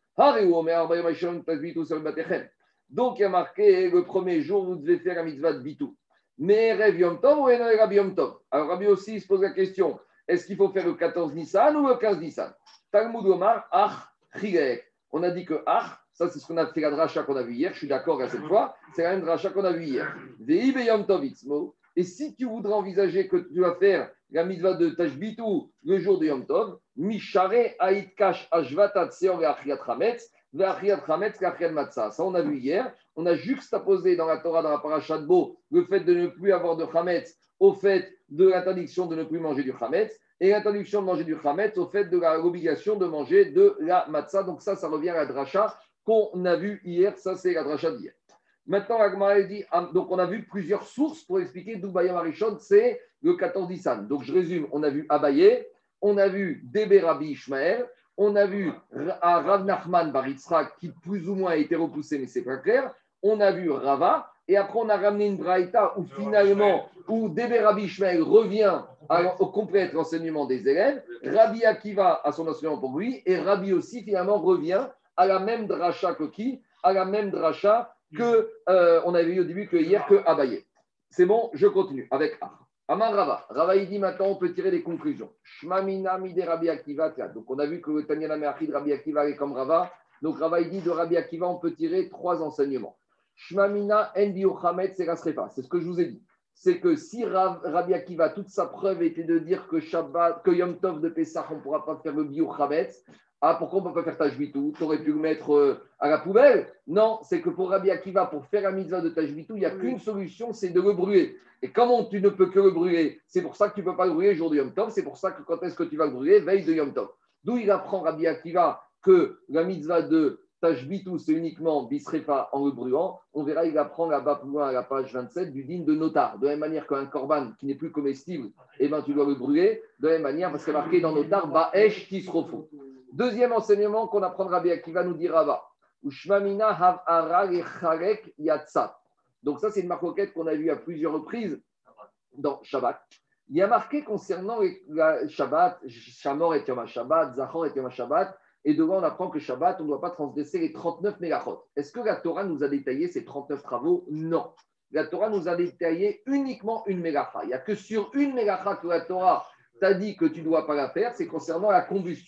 Donc, il y a marqué le premier jour, vous devez faire la mitzvah de Bitou. Mais Rev Yom Tov ou Rabbi Yom Tov? Alors, Rabbi aussi, il se pose la question est-ce qu'il faut faire le quatorze Nissan ou le quinze Nissan? Talmud Omar, Ach, Chigek. On a dit que Ach, ça c'est ce qu'on a fait la dracha qu'on a vu hier, je suis d'accord à cette fois, c'est la même dracha qu'on a vu hier. Vei Yom Tov Itzmo. Et si tu voudrais envisager que tu vas faire la mitzvah de Tashbitu le jour de Yom Tov, Mishare Aitkash Ashvatat Seor Ve'achiat Chametz, Ve'achiat Chametz Ve'achiat Matzah. Ça, on a vu hier. On a juxtaposé dans la Torah, dans la paracha de Bo, le fait de ne plus avoir de Chametz au fait de l'interdiction de ne plus manger du Chametz et l'interdiction de manger du Chametz au fait de l'obligation de manger de la Matzah. Donc, ça, ça revient à la dracha qu'on a vu hier. Ça, c'est la dracha d'hier. Maintenant, Agmara dit, donc on a vu plusieurs sources pour expliquer d'où Bayom Arishon, c'est le quatorze Nissan. Donc je résume, on a vu Abaye, on a vu Debe Rabbi Ishmael, on a vu Rav Nachman Bar Yitzhak qui plus ou moins a été repoussé, mais c'est pas clair. On a vu Rava, et après on a ramené une braïta où finalement, où Debe Rabbi Ishmael revient à, au complet l'enseignement des élèves, Rabbi Akiva a son enseignement pour lui, et Rabbi aussi finalement revient à la même dracha que qui À la même dracha que euh, on avait vu au début que hier que Abaye. C'est bon, je continue avec Ar. Amar Rava. Rava il dit maintenant on peut tirer des conclusions. Shmamina mide Rabbi Akiva. Donc on a vu que le Tanyana Meachid Rabbi Akiva est comme Rava. Donc Rava il dit de Rabbi Akiva on peut tirer trois enseignements. Shmamina endi Chametz c'est la srefa. C'est ce que je vous ai dit. C'est que si Rabbi Akiva toute sa preuve était de dire que Shabbat, que Yom Tov de Pessah on ne pourra pas faire le biou Chametz. Ah, pourquoi on ne peut pas faire Tashbitu? Tu aurais pu le mettre euh, à la poubelle? Non, c'est que pour Rabbi Akiva, pour faire la mitzvah de Tashbitu, il n'y a oui. qu'une solution, c'est de le brûler. Et comment tu ne peux que le brûler? C'est pour ça que tu ne peux pas le brûler le jour de Yom Tov. C'est pour ça que quand est-ce que tu vas le brûler? Veille de Yom Tov. D'où il apprend Rabbi Akiva que la mitzvah de Tashbitu, c'est uniquement Bisrefa en le brûlant. On verra, il apprend là-bas plus loin à la page vingt-sept du din de notar. De la même manière qu'un korban qui n'est plus comestible, eh ben, tu dois le brûler. De la même manière, parce que c'est marqué dans notar, Ba'esh Tisrofu. Deuxième enseignement qu'on apprendra Rabbi Akiva nous dit Rava. Ushmamina hav ara lecharek yatzat. Donc ça, c'est une marcoquette qu'on a vue à plusieurs reprises dans Shabbat. Il y a marqué concernant la Shabbat, Shamor et Yom Shabbat, Zachor et Yom Shabbat, et devant on apprend que Shabbat, on ne doit pas transgresser les trente-neuf mégachot. Est-ce que la Torah nous a détaillé ces trente-neuf travaux? Non. La Torah nous a détaillé uniquement une mégacha. Il n'y a que sur une mégacha que la Torah t'a dit que tu ne dois pas la faire, c'est concernant la combustion.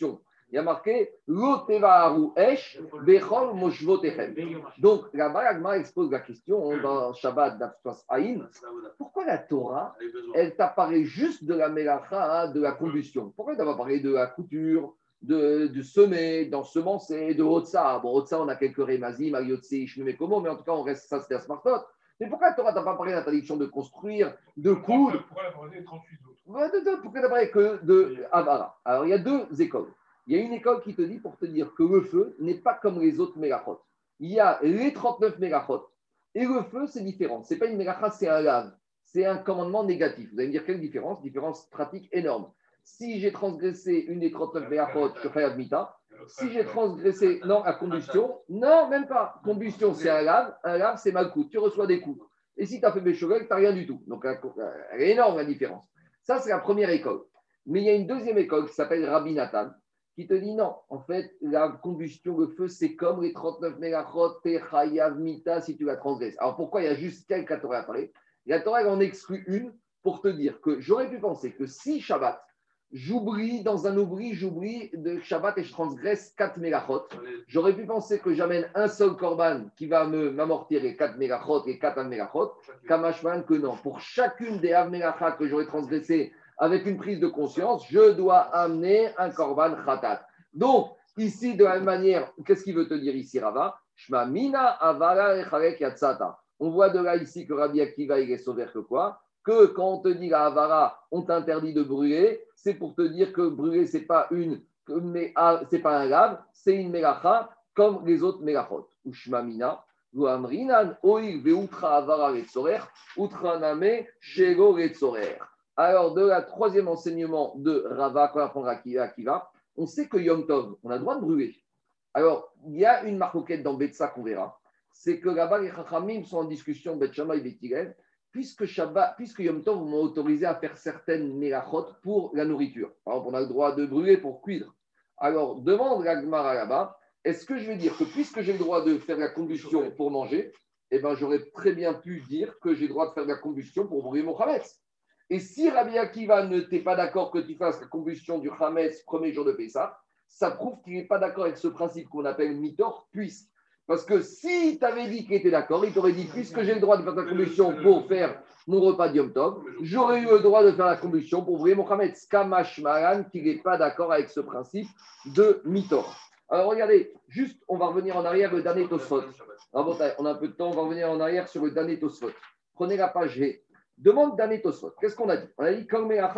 Il y a marqué Lotevaharu Esh Bechol Moshvotechem. Donc là-bas, l'Agma expose la question dans Shabbat d'Afsas Aïn. Pourquoi la Torah, elle t'apparaît juste de la mélacha, de la combustion? Pourquoi elle t'a pas parlé de la couture, de, de semer, d'ensemencer, de Otsa? Bon, Otsa, on a quelques rémazim, Ayotse, Ishnume Komo, mais en tout cas, on reste ça, c'était à Smartot. Mais pourquoi la Torah t'a pas parlé d'interdiction de construire, de coudre?
Pourquoi la parlé trente-huit autres?
Pourquoi t'as parlé que de Avara? Alors, il y a deux écoles. Il y a une école qui te dit pour te dire que le feu n'est pas comme les autres mégachot. Il y a les trente-neuf mégachot et le feu, c'est différent. Ce n'est pas une mégacha, c'est un lave. C'est un commandement négatif. Vous allez me dire quelle différence? Différence pratique énorme. Si j'ai transgressé une des trente-neuf mégachot, je fais admita. Si j'ai transgressé, non, la combustion, non, même pas. Combustion, c'est un lave. Un lave, c'est malcoute. Tu reçois des coups. Et si tu as fait Béchogel, tu n'as rien du tout. Donc, elle est énorme la différence. Ça, c'est la première école. Mais il y a une deuxième école qui s'appelle Rabbi Nathan, qui te dit non, en fait, la combustion, le feu, c'est comme les trente-neuf mégachot, Techayav, Mita, si tu la transgresses. Alors pourquoi il y a juste quelques Torah à parler? La Torah, elle en exclut une pour te dire que j'aurais pu penser que si Shabbat, j'oublie, dans un oubli, j'oublie de Shabbat et je transgresse quatre mégachot, j'aurais pu penser que j'amène un seul korban qui va me, m'amortir les quatre mégachot et quatre mégachot, Kamashman que non. Pour chacune des av mégachot que j'aurais transgressé, avec une prise de conscience, je dois amener un korban khatat. Donc, ici, de la même manière, qu'est-ce qu'il veut te dire ici, Rava? Shma mina avala echarek yatsata. On voit de là ici que Rabbi Akiva, il est sauvé que quoi? Que quand on te dit la avara, on t'interdit de brûler, c'est pour te dire que brûler, ce n'est pas, une, c'est pas un lave, c'est une mélacha comme les autres mélachot. Ou shma mina, ou amrinan, oil veutra avara retzorer, utraname shego retzorer. Alors, de la troisième enseignement de Rava, qu'on apprend à Akiva, on sait que Yom Tov, on a le droit de brûler. Alors, il y a une marcoquette dans Betsa qu'on verra, c'est que là-bas, les Chachamim sont en discussion, Bet Shammai et Bet Hillel, puisque, Shabbat, puisque Yom Tov m'ont autorisé à faire certaines mélachot pour la nourriture. Par exemple, on a le droit de brûler pour cuire. Alors, demande la Gemara là-bas, est-ce que je vais dire que puisque j'ai le droit de faire la combustion pour manger, eh ben, j'aurais très bien pu dire que j'ai le droit de faire de la combustion pour brûler mon chametz. Et si Rabbi Akiva ne t'est pas d'accord que tu fasses la combustion du Hametz premier jour de Pessah, ça prouve qu'il n'est pas d'accord avec ce principe qu'on appelle mitor, puisque. Parce que si tu avais dit qu'il était d'accord, il t'aurait dit, puisque j'ai le droit de faire la combustion pour faire mon repas de Yom Tov, j'aurais eu le droit de faire la combustion pour ouvrir mon Hametz. Kamash Maran, qu'il n'est pas d'accord avec ce principe de mitor. Alors regardez, juste, on va revenir en arrière le dernier Tosfot. On a un peu de temps, on va revenir en arrière sur le dernier Tosfot. Prenez la page G. Demande d'année Tosfot. Qu'est-ce qu'on a dit? On a dit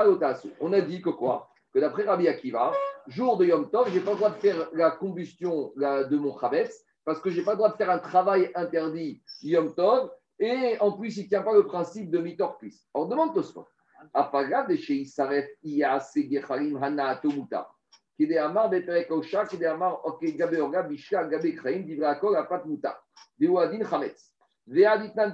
On a dit que quoi? Que d'après Rabbi Akiva, jour de Yom Tov, je n'ai pas le droit de faire la combustion de mon chametz parce que je n'ai pas le droit de faire un travail interdit Yom Tov et en plus, il ne tient pas le principe de mitor plus. Alors, demande Tosfot. Apaga de chez Isaref Iyase Gecharim Hanaato Muta. Kide Amar Beperek Osha, Kide Amar Ok Gabe Orga Bishka Gabe Kraim Divra Akol Apat Muta. Deouadin Chametz. Demande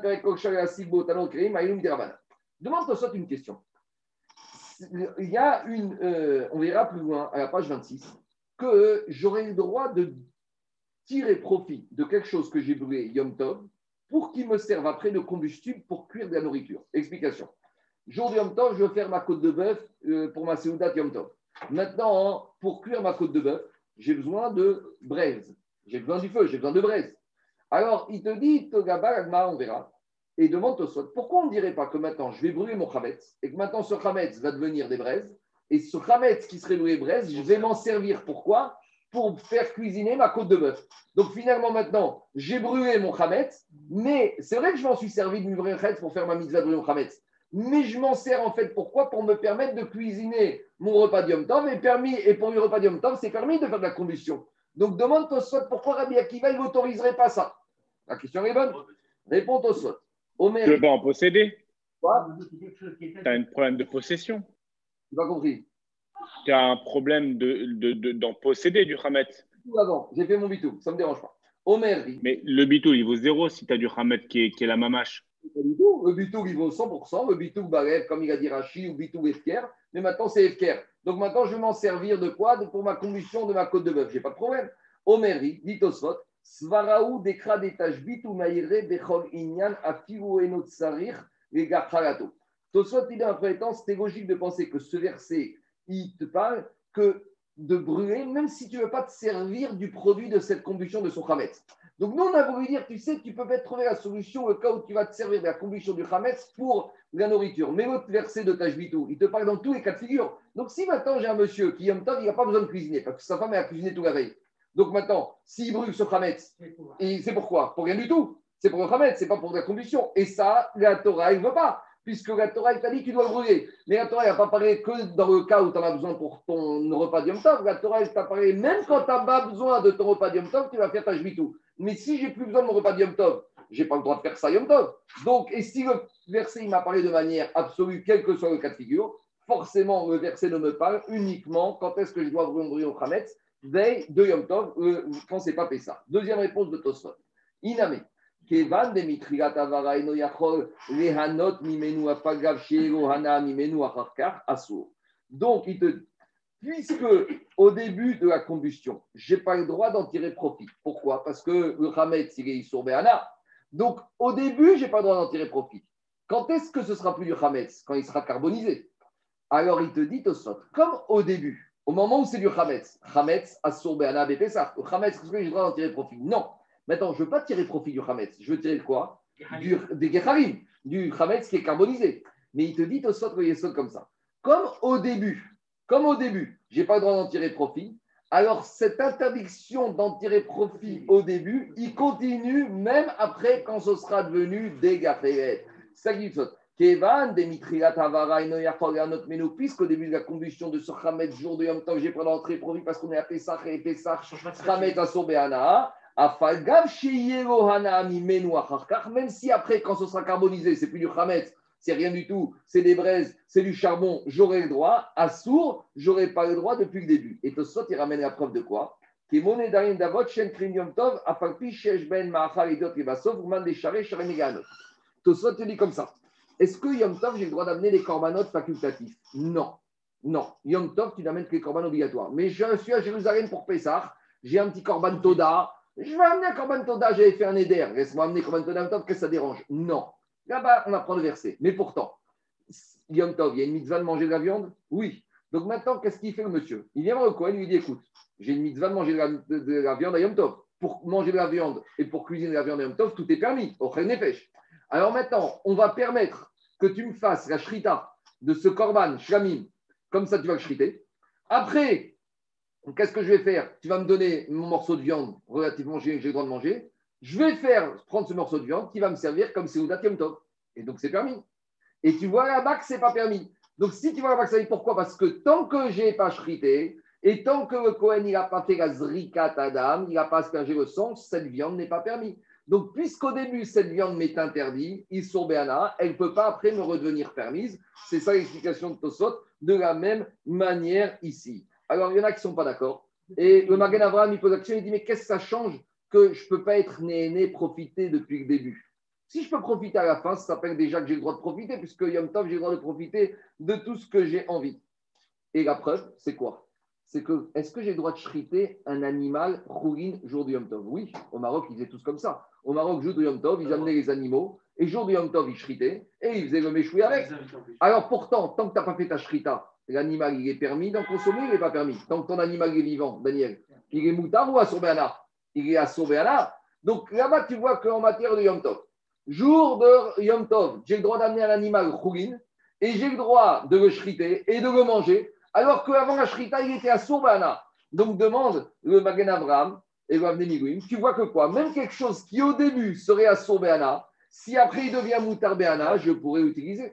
Tosfot une question. Il y a une, euh, on verra plus loin à la page vingt-six, que j'aurai le droit de tirer profit de quelque chose que j'ai brûlé Yom Tov pour qu'il me serve après de combustible pour cuire de la nourriture. Explication. Jour de Yom Tov, je veux faire ma côte de bœuf euh, pour ma Seudat Yom Tov. Maintenant, pour cuire ma côte de bœuf, j'ai besoin de braise. J'ai besoin du feu, j'ai besoin de braise. Alors, il te dit, Togaba, Agma, on verra, et demande Tosfot, pourquoi on ne dirait pas que maintenant, je vais brûler mon chametz, et que maintenant, ce chametz va devenir des braises, et ce chametz qui serait brûlé braise, je vais m'en servir. Pourquoi? Pour faire cuisiner ma côte de bœuf. Donc, finalement, maintenant, j'ai brûlé mon chametz, mais c'est vrai que je m'en suis servi de brûler chametz pour faire ma mitzvah de brûler mon chametz, mais je m'en sers en fait, pourquoi? Pour me permettre de cuisiner mon repas de Yom Tov, et, permis, et pour le repas de Yom Tov, c'est permis de faire de la combustion. Donc, demande Tosfot pourquoi Rabbi Akiva ne m'autoriserait pas ça. La question est bonne. Réponds Tosfot. Omer.
Tu ne veux pas en posséder?
Quoi?
Tu as un problème de possession.
Tu n'as pas compris.
Tu as un problème de, de, de, d'en posséder du Hametz.
Tout avant, j'ai fait mon bitou, ça ne me dérange pas. Omer dit.
Mais le bitou, il vaut zéro si tu as du Hametz qui est, qui est la mamache.
Pas du tout. Le bitou, il vaut cent pour cent. Le bitou, Barev, comme il a dit Rashi, ou bitou Efker. Mais maintenant, c'est Efker. Donc maintenant, je vais m'en servir de quoi? Pour ma combustion de ma côte de bœuf. Je n'ai pas de problème. Omer dit Tosfot. Svaraou dekra détache bitou maïre bechol inyan afiru enot sarir les gachalato. Tosfot, il est en premier temps, c'était logique de penser que ce verset, il te parle qu'il de brûler, même si tu ne veux pas te servir du produit de cette combustion de son Hametz. Donc nous, on a voulu dire, tu sais, tu peux peut-être trouver la solution au cas où tu vas te servir de la combustion du Hametz pour la nourriture. Mais l'autre verset de Tashbitou, il te parle dans tous les cas de figure. Donc si maintenant j'ai un monsieur qui, Yom Tov, il n'a pas besoin de cuisiner, parce que sa femme elle a cuisiné toute la veille. Donc maintenant, s'il brûle ce Hametz, et c'est pourquoi? Pour rien du tout. C'est pour le Hametz, c'est pas pour la combustion. Et ça, la Torah, elle ne veut pas. Puisque la Torah, elle t'a dit que tu dois le brûler. Mais la Torah, elle n'a pas parlé que dans le cas où tu en as besoin pour ton repas de Yom Tov. La Torah, elle t'a parlé même quand tu n'as pas besoin de ton repas de Yom Tov, tu vas faire ta Shvitou. Mais si j'ai plus besoin de mon repas de Yom Tov, je n'ai pas le droit de faire ça Yom Tov. Donc, et si le verset, il m'a parlé de manière absolue, quel que soit le cas de figure, forcément, le verset ne me parle uniquement quand est-ce que je dois brûler au Hametz, veille de Yom Tov, euh, quand ce n'est pas fait ça. Deuxième réponse de Tosfot. Iname. Kevan de mitrigat avara eno yachol lehanot mimenu afagav sheelo hana mimenu acharkar asur. Donc, il te puisque au début de la combustion, je n'ai pas le droit d'en tirer profit. Pourquoi? Parce que le Hametz, il est sur Béana. Donc, au début, je n'ai pas le droit d'en tirer profit. Quand est-ce que ce sera plus du Hametz? Quand il sera carbonisé. Alors, il te dit, Tosfot, comme au début, au moment où c'est du Hametz, Hametz, Assur Béana, Bépessar. Le Hametz, est-ce que j'ai le droit d'en tirer profit? Non. Maintenant, je ne veux pas tirer profit du Hametz. Je veux tirer quoi? du, Des Gechalim, du Hametz qui est carbonisé. Mais il te dit, Tosfot, le Yesod comme ça. Comme au début, Comme au début, je n'ai pas le droit d'en tirer profit, alors cette interdiction d'en tirer profit au début, il continue même après quand ce sera devenu des gaférettes. C'est ça qui dit Kevan, Demitriat Havara, Meno, puisqu'au début de la combustion de ce Hametz, jour de Yom Tov, j'ai pas d'entrée profit parce qu'on est à Pessah et Pessah, Hametz Asur Be'ana, Afalgav Sheyelo Hana Mimenu Acharkar, même si après, quand ce sera carbonisé, c'est plus du Hametz, c'est rien du tout, c'est des braises, c'est du charbon, j'aurai le droit. À sourd, j'aurai pas le droit depuis le début. Et Tosfot, il ramène la preuve de quoi? Qui est Darin Davot, Shen Krim Yom Tov, Afalpi, Shesh Ben, Maachal, Edot, Lebasov, Ouman, Desharé, Sharem Meganot. Tosfot te dit comme ça. Est-ce que Yom Tov, j'ai le droit d'amener les corbanotes facultatifs? Non. Non. Yom Tov, tu n'amènes que les corbanes obligatoires. Mais je suis à Jérusalem pour Pessah, j'ai un petit corban Toda. Je vais amener un corban Toda, j'avais fait un éder. Laisse-moi amener corban Toda Yom Tov, qu'est-ce que ça dérange? Non. Là-bas, on apprend le verset. Mais pourtant, Yom Tov, il y a une mitzvah de manger de la viande? Oui. Donc maintenant, qu'est-ce qu'il fait le monsieur? Il vient voir le Kohen, il lui dit, écoute, j'ai une mitzvah de manger de la, de, de la viande à Yom Tov. Pour manger de la viande et pour cuisiner de la viande à Yom Tov, tout est permis. Au Chel Nefesh. Alors maintenant, on va permettre que tu me fasses la shrita de ce korban, shlamim, comme ça tu vas le shriter. Après, qu'est-ce que je vais faire? Tu vas me donner mon morceau de viande relativement j'ai, j'ai le droit de manger. Je vais faire prendre ce morceau de viande qui va me servir comme Seudat Yom Tov. Et donc, c'est permis. Et tu vois là-bas que ce n'est pas permis. Donc, si tu vois là-bas que ça dit pourquoi? Parce que tant que je n'ai pas shrité, et tant que le Kohen n'a pas fait la zrikat adam, il n'a pas aspergé le sang, cette viande n'est pas permis. Donc, puisqu'au début, cette viande m'est interdite, il Béana, elle ne peut pas après me redevenir permise. C'est ça l'explication de Tosot, de la même manière ici. Alors, il y en a qui ne sont pas d'accord. Et le Magen Avraham, il pose la question, il dit, mais qu'est-ce que ça change que je ne peux pas être né, né, profiter depuis le début? Si je peux profiter à la fin, ça s'appelle déjà que j'ai le droit de profiter, puisque Yom Tov, j'ai le droit de profiter de tout ce que j'ai envie. Et la preuve, c'est quoi? C'est que, est-ce que j'ai le droit de shriter un animal choulin jour de Yom Tov? Oui, au Maroc, ils faisaient tous comme ça. Au Maroc, jour de Yom Tov, ils amenaient les animaux, et jour de Yom Tov, ils shritaient, et ils faisaient le méchoui avec. Alors pourtant, tant que tu n'as pas fait ta shrita, l'animal, il est permis d'en consommer, il n'est pas permis. Tant que ton animal est vivant, Daniel, il est moutard ou Asur Be'ana? Il est Asur Be'ana. Donc là-bas, tu vois qu'en matière de Yom Tov, jour de Yom Tov, j'ai le droit d'amener un animal choulin et j'ai le droit de le shriter et de le manger, alors qu'avant la shrita, il était à Sourbana. Donc demande le Magen Avraham et le Avnei Miluim, tu vois que quoi? Même quelque chose qui au début serait à Sourbana, si après il devient Moutar Béana, je pourrais l'utiliser.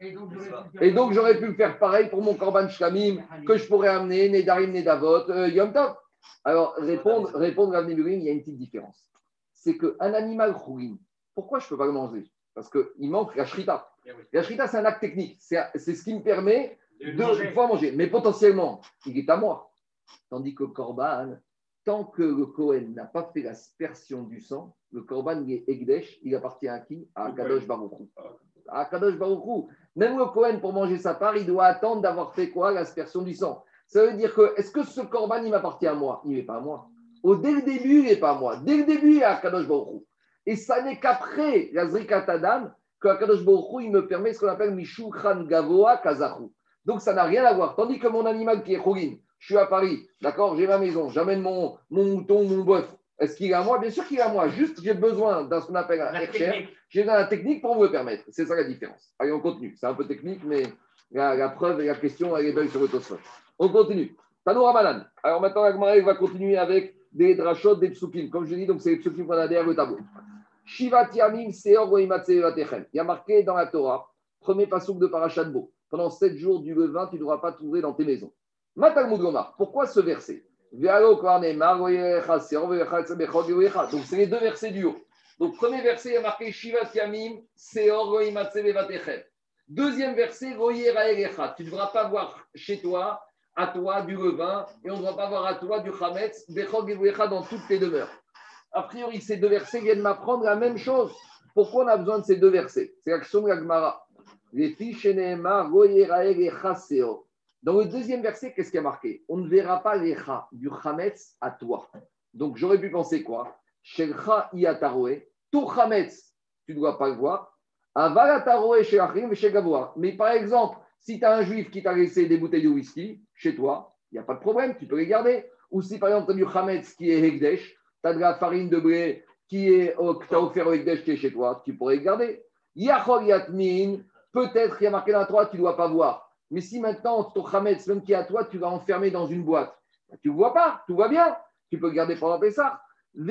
Et donc j'aurais pu le faire pareil pour mon Korban Shlamim que je pourrais amener, Nedarim, Nedavot, euh, Yom Tov. Alors répondre, répondre à Avnei Miluim, il y a une petite différence. C'est qu'un animal choulin, pourquoi je ne peux pas le manger? Parce qu'il manque la shrita. La shrita, c'est un acte technique. C'est, c'est ce qui me permet de, de pouvoir manger. Mais potentiellement, il est à moi. Tandis que le korban, tant que le Kohen n'a pas fait l'aspersion du sang, le korban, il est Egdesh, il appartient à qui? À Kadosh Baruch Hu. À Kadosh Baruch Hu. Même le Kohen, pour manger sa part, il doit attendre d'avoir fait quoi? L'aspersion du sang. Ça veut dire que, est-ce que ce korban, il m'appartient à moi? Il n'est pas à moi. Au, dès le début, il n'est pas à moi. Dès le début, il est à Kadosh Baruch Hu. Et ça n'est qu'après la Zrikat Adam que Akadosh Baruch Hu, il me permet ce qu'on appelle Mishukran Gavoa Kazahu. Donc ça n'a rien à voir. Tandis que mon animal qui est choulin, je suis à Paris, d'accord, j'ai ma maison, j'amène mon, mon mouton, mon bœuf. Est-ce qu'il est à moi? Bien sûr qu'il est à moi. Juste, j'ai besoin d'un ce qu'on appelle un Hersher. J'ai besoin d'un technique pour me le permettre. C'est ça la différence. Allez, on continue. C'est un peu technique, mais la, la preuve et la question, elle est belle sur le Tosfot. On continue. Tanou Ramadan. Alors maintenant, la Gemara va continuer avec des drachot, des psukim. Comme je dis, donc c'est les psukim qu'on a derrière le tableau. Shivat Yamim Seor Goimatse Vatechem. Il y a marqué dans la Torah, premier passouk de Parashat Bo. Pendant sept jours du levain, tu ne devras pas trouver dans tes maisons. Matalmud Gomar. Pourquoi ce verset? Donc c'est les deux versets du haut. Donc premier verset, il y a marqué Shivat Yamim Seor Goimatse Vatechem. Deuxième verset, tu ne devras pas voir chez toi, à toi, du levain, et on ne devra pas voir à toi du chametz, dans toutes tes demeures. A priori, ces deux versets viennent m'apprendre la même chose. Pourquoi on a besoin de ces deux versets? C'est l'action de la Gemara. Dans le deuxième verset, qu'est-ce qui a marqué? On ne verra pas les chas du chametz à toi. Donc j'aurais pu penser quoi? Shelcha iataroe, tout chametz, tu ne dois pas le voir. Mais par exemple, si tu as un juif qui t'a laissé des bouteilles de whisky chez toi, il n'y a pas de problème, tu peux les garder. Ou si par exemple tu as du chametz qui est hekdesh, tu as de la farine de blé qui est, oh, que tu as offert au hekdesh qui est chez toi, tu pourrais les garder. Yachol yatmin, peut-être qu'il y a marqué dans la Torah, tu ne dois pas voir. Mais si maintenant ton chametz, même qui est à toi, tu vas enfermer dans une boîte, tu ne vois pas, tout va bien, tu peux le garder pendant Pessah. Ou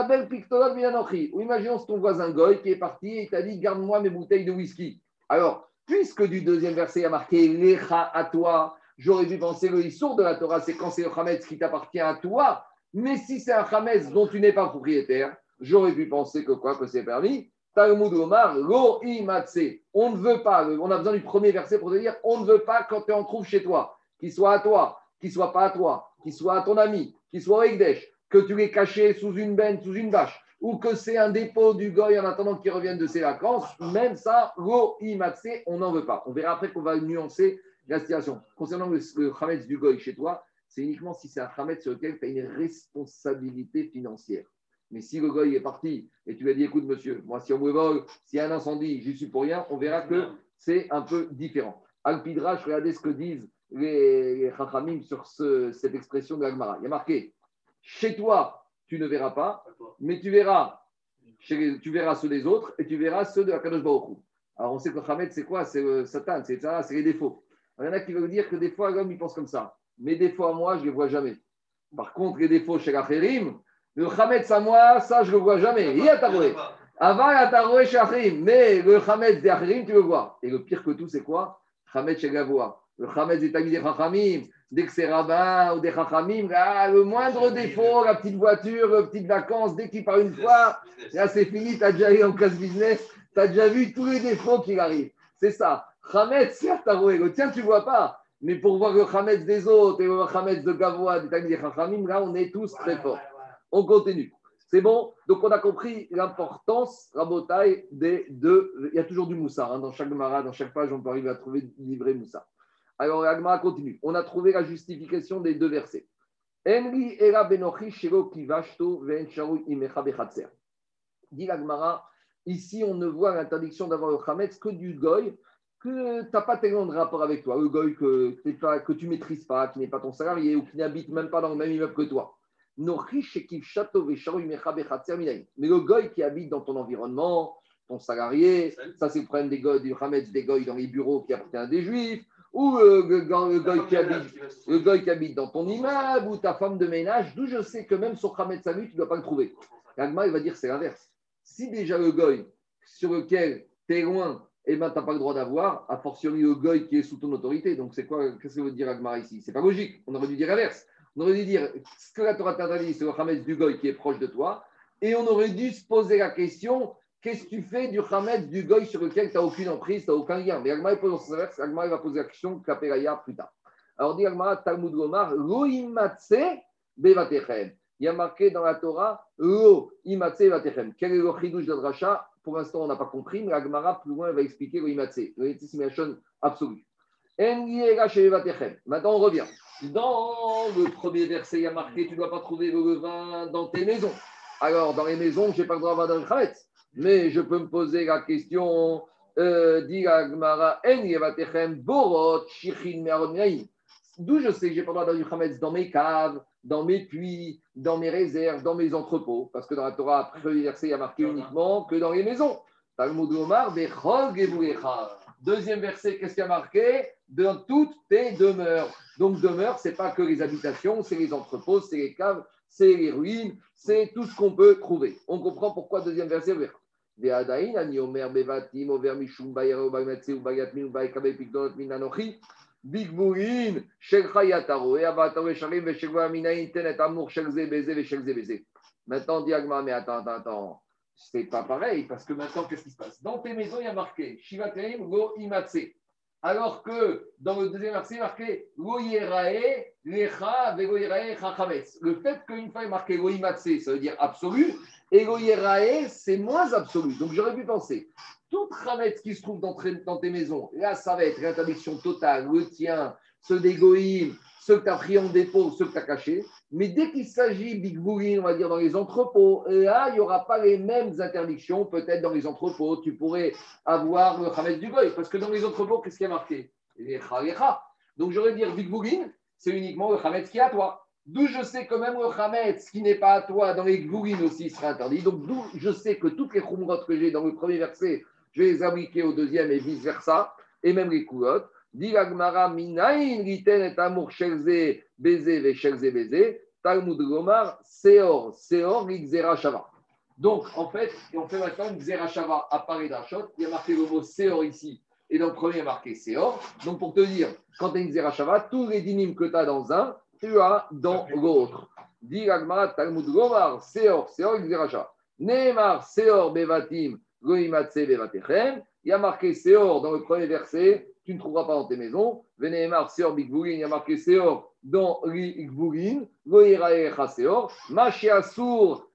imaginons ton voisin Goy qui est parti et t'a dit garde-moi mes bouteilles de whisky. Alors, puisque du deuxième verset il y a marqué Lecha à toi, j'aurais dû penser le issour de la Torah, c'est quand c'est le chametz qui t'appartient à toi. Mais si c'est un chametz dont tu n'es pas propriétaire, j'aurais pu penser que quoi, que c'est permis. Talmud Omar, lo imatse. On ne veut pas, on a besoin du premier verset pour te dire on ne veut pas quand tu en trouves chez toi, qu'il soit à toi, qu'il soit pas à toi, qu'il soit à ton ami, qu'il soit au Ekdesh, que tu l'aies caché sous une benne, sous une vache, ou que c'est un dépôt du goy en attendant qu'il revienne de ses vacances, même ça, lo imatse, on n'en veut pas. On verra après qu'on va nuancer la situation. Concernant le, le chametz du goy chez toi, c'est uniquement si c'est un chametz sur lequel tu as une responsabilité financière. Mais si le goy est parti et tu lui as dit écoute monsieur, moi si on me vole, s'il y a un incendie, j'y suis pour rien, on verra que c'est un peu différent. Al-Pidrash, regardez ce que disent les, les Chachamim sur ce, cette expression de la Gemara. Il y a marqué chez toi, tu ne verras pas, mais tu verras, chez, tu verras ceux des autres et tu verras ceux de la Kadosh Baruch Hu. Alors on sait que le Chametz, c'est quoi? C'est le Satan, c'est ça, c'est les défauts. Alors, il y en a qui veulent dire que des fois l'homme il pense comme ça. Mes défauts à moi, je ne les vois jamais. Par contre, les défauts chez la Chérim, le Chametz à moi, ça, je ne le vois jamais. Il y a Taroé. Avant, il y a Taroé chez Achrim. Mais le Chametz des Achrim, tu le vois. Et le pire que tout, c'est quoi? Chametz chez Gavoa. Le Chametz des Tagis des Chachamim. Dès que c'est rabbin ou des Chachamim, là, le moindre défaut, la petite voiture, la petite vacances, dès qu'il part une fois, là, c'est fini. Tu as déjà eu en classe business. Tu as déjà vu tous les défauts qui arrivent. C'est ça. Chametz, c'est Taroé. Le tien, tu ne vois pas. Mais pour voir le Chametz des autres et le Chametz de Gavoa, des Tagis des Chachamim, là, on est tous très forts. On continue. C'est bon? Donc, on a compris l'importance, Rabotai, des deux. Il y a toujours du moussard. Hein, dans chaque Gemara, dans chaque page, on peut arriver à trouver du livret moussard. Alors, la Gemara continue. On a trouvé la justification des deux versets. Enri era benochi shelo kivashto ve'en sharu imecha bechatzer. Dit la Gemara, ici, on ne voit l'interdiction d'avoir le chametz que du goy, que tu n'as pas tellement de rapport avec toi. Le goy que, que tu ne maîtrises pas, qui n'est pas ton salarié ou qui n'habite même pas dans le même immeuble que toi. Mais le goy qui habite dans ton environnement, ton salarié, ça c'est le problème des goy, du chametz des goy dans les bureaux qui appartiennent à des juifs, ou le, le, le, goy qui habite, le goy qui habite dans ton immeuble, ou ta femme de ménage, d'où je sais que même son chametz à lui, tu ne dois pas le trouver. L'agma, il va dire c'est l'inverse. Si déjà le goy sur lequel tu es loin, eh ben, tu n'as pas le droit d'avoir, a fortiori le goy qui est sous ton autorité. Donc c'est quoi, qu'est-ce que veut dire Agmar ici? C'est pas logique, on aurait dû dire l'inverse. On aurait dû dire ce que la Torah t'interdit, c'est le chametz du goy qui est proche de toi. Et on aurait dû se poser la question qu'est-ce que tu fais du chametz du goy sur lequel tu n'as aucune emprise, tu n'as aucun lien. Mais Agmar pose son inverse, Agmar va poser la question Kaperaya plus tard. Alors dit Agmar, Talmud Gomar, Lo imatse bevatechem. Il y a marqué dans la Torah Lo imatse bevatechem. Quel est le chidouche de Dracha? Pour l'instant, on n'a pas compris, mais Agmara plus loin elle va expliquer Lo imatse. Le imatse, c'est une chose absolue. Maintenant, on revient. Dans le premier verset, il y a marqué tu ne dois pas trouver le levain dans tes maisons. Alors, dans les maisons, je n'ai pas le droit d'avoir dans le chametz. Mais je peux me poser la question euh, dit la Gemara, D'où je sais que j'ai pas le droit d'avoir du Hametz dans mes caves, dans mes puits, dans mes réserves, dans mes entrepôts. Parce que dans la Torah, après le verset, il y a marqué uniquement que dans les maisons. Talmud Omar, Bechol Gevulecha. Deuxième verset, qu'est-ce qu'il y a marqué? Dans toutes tes demeures. Donc, demeure, ce n'est pas que les habitations, c'est les entrepôts, c'est les caves, c'est les ruines, c'est tout ce qu'on peut trouver. On comprend pourquoi, deuxième verset, Ve'adain, ani omer bevatim, over mishum bayero, baymatse, ou bayatmin, ou baykabe, pikdonot, minanochi, bigburin, shel chayataro, et avataro, et sharim, ve shegva, minayin, tenet, amour, shelze, beze, ve shelze, beze. Maintenant, diagma, mais attends, attends, attends. C'est pas pareil, parce que maintenant, qu'est-ce qui se passe? Dans tes maisons, il y a marqué Shivaterim go imatse. Alors que dans le deuxième verset, il y a marqué Go yerae lecha ve go yerae chachametz. Le fait qu'une fois il y a marqué go imatse, ça veut dire absolu, et go yerae, c'est moins absolu. Donc j'aurais pu penser, tout chametz qui se trouve dans, dans tes maisons, là, ça va être l'interdiction totale, le tien, ceux d'égoïme, ceux que tu as pris en dépôt, ceux que tu as cachés. Mais dès qu'il s'agit Big Boogie, on va dire dans les entrepôts, là, il n'y aura pas les mêmes interdictions. Peut-être dans les entrepôts, tu pourrais avoir le Hametz du Goy. Parce que dans les entrepôts, qu'est-ce qui est marqué? Les Chalecha. Donc, j'aurais dire Big Boogie, c'est uniquement le Hametz qui est à toi. D'où je sais que même le Hametz qui n'est pas à toi, dans les Boogie aussi, sera interdit. Donc, d'où je sais que toutes les Khumrot que j'ai dans le premier verset, je vais les appliquer au deuxième et vice-versa. Et même les Koulot. Dilagmara minayin riten et amour shelze beze ve shelze beze Talmud Gomar seor seor gzera shava. Donc en fait, on fait maintenant une gzera shava à Paris d'Archot. Il y a marqué le mot seor ici et dans le premier il y a marqué seor. Donc pour te dire, quand tu as une gzera shava, tous les dynimes que tu as dans un, tu as dans l'autre. Dilagmara Talmud Gomar seor seor gzera shava. Neemar seor bevatim goimatse bevatechem. Il y a marqué seor dans le premier verset. Tu ne trouveras pas dans tes maisons. Veneemar seor bigvulin, il y a marqué seor dans l'igvulin. Goiraecha seor. Mashiasur,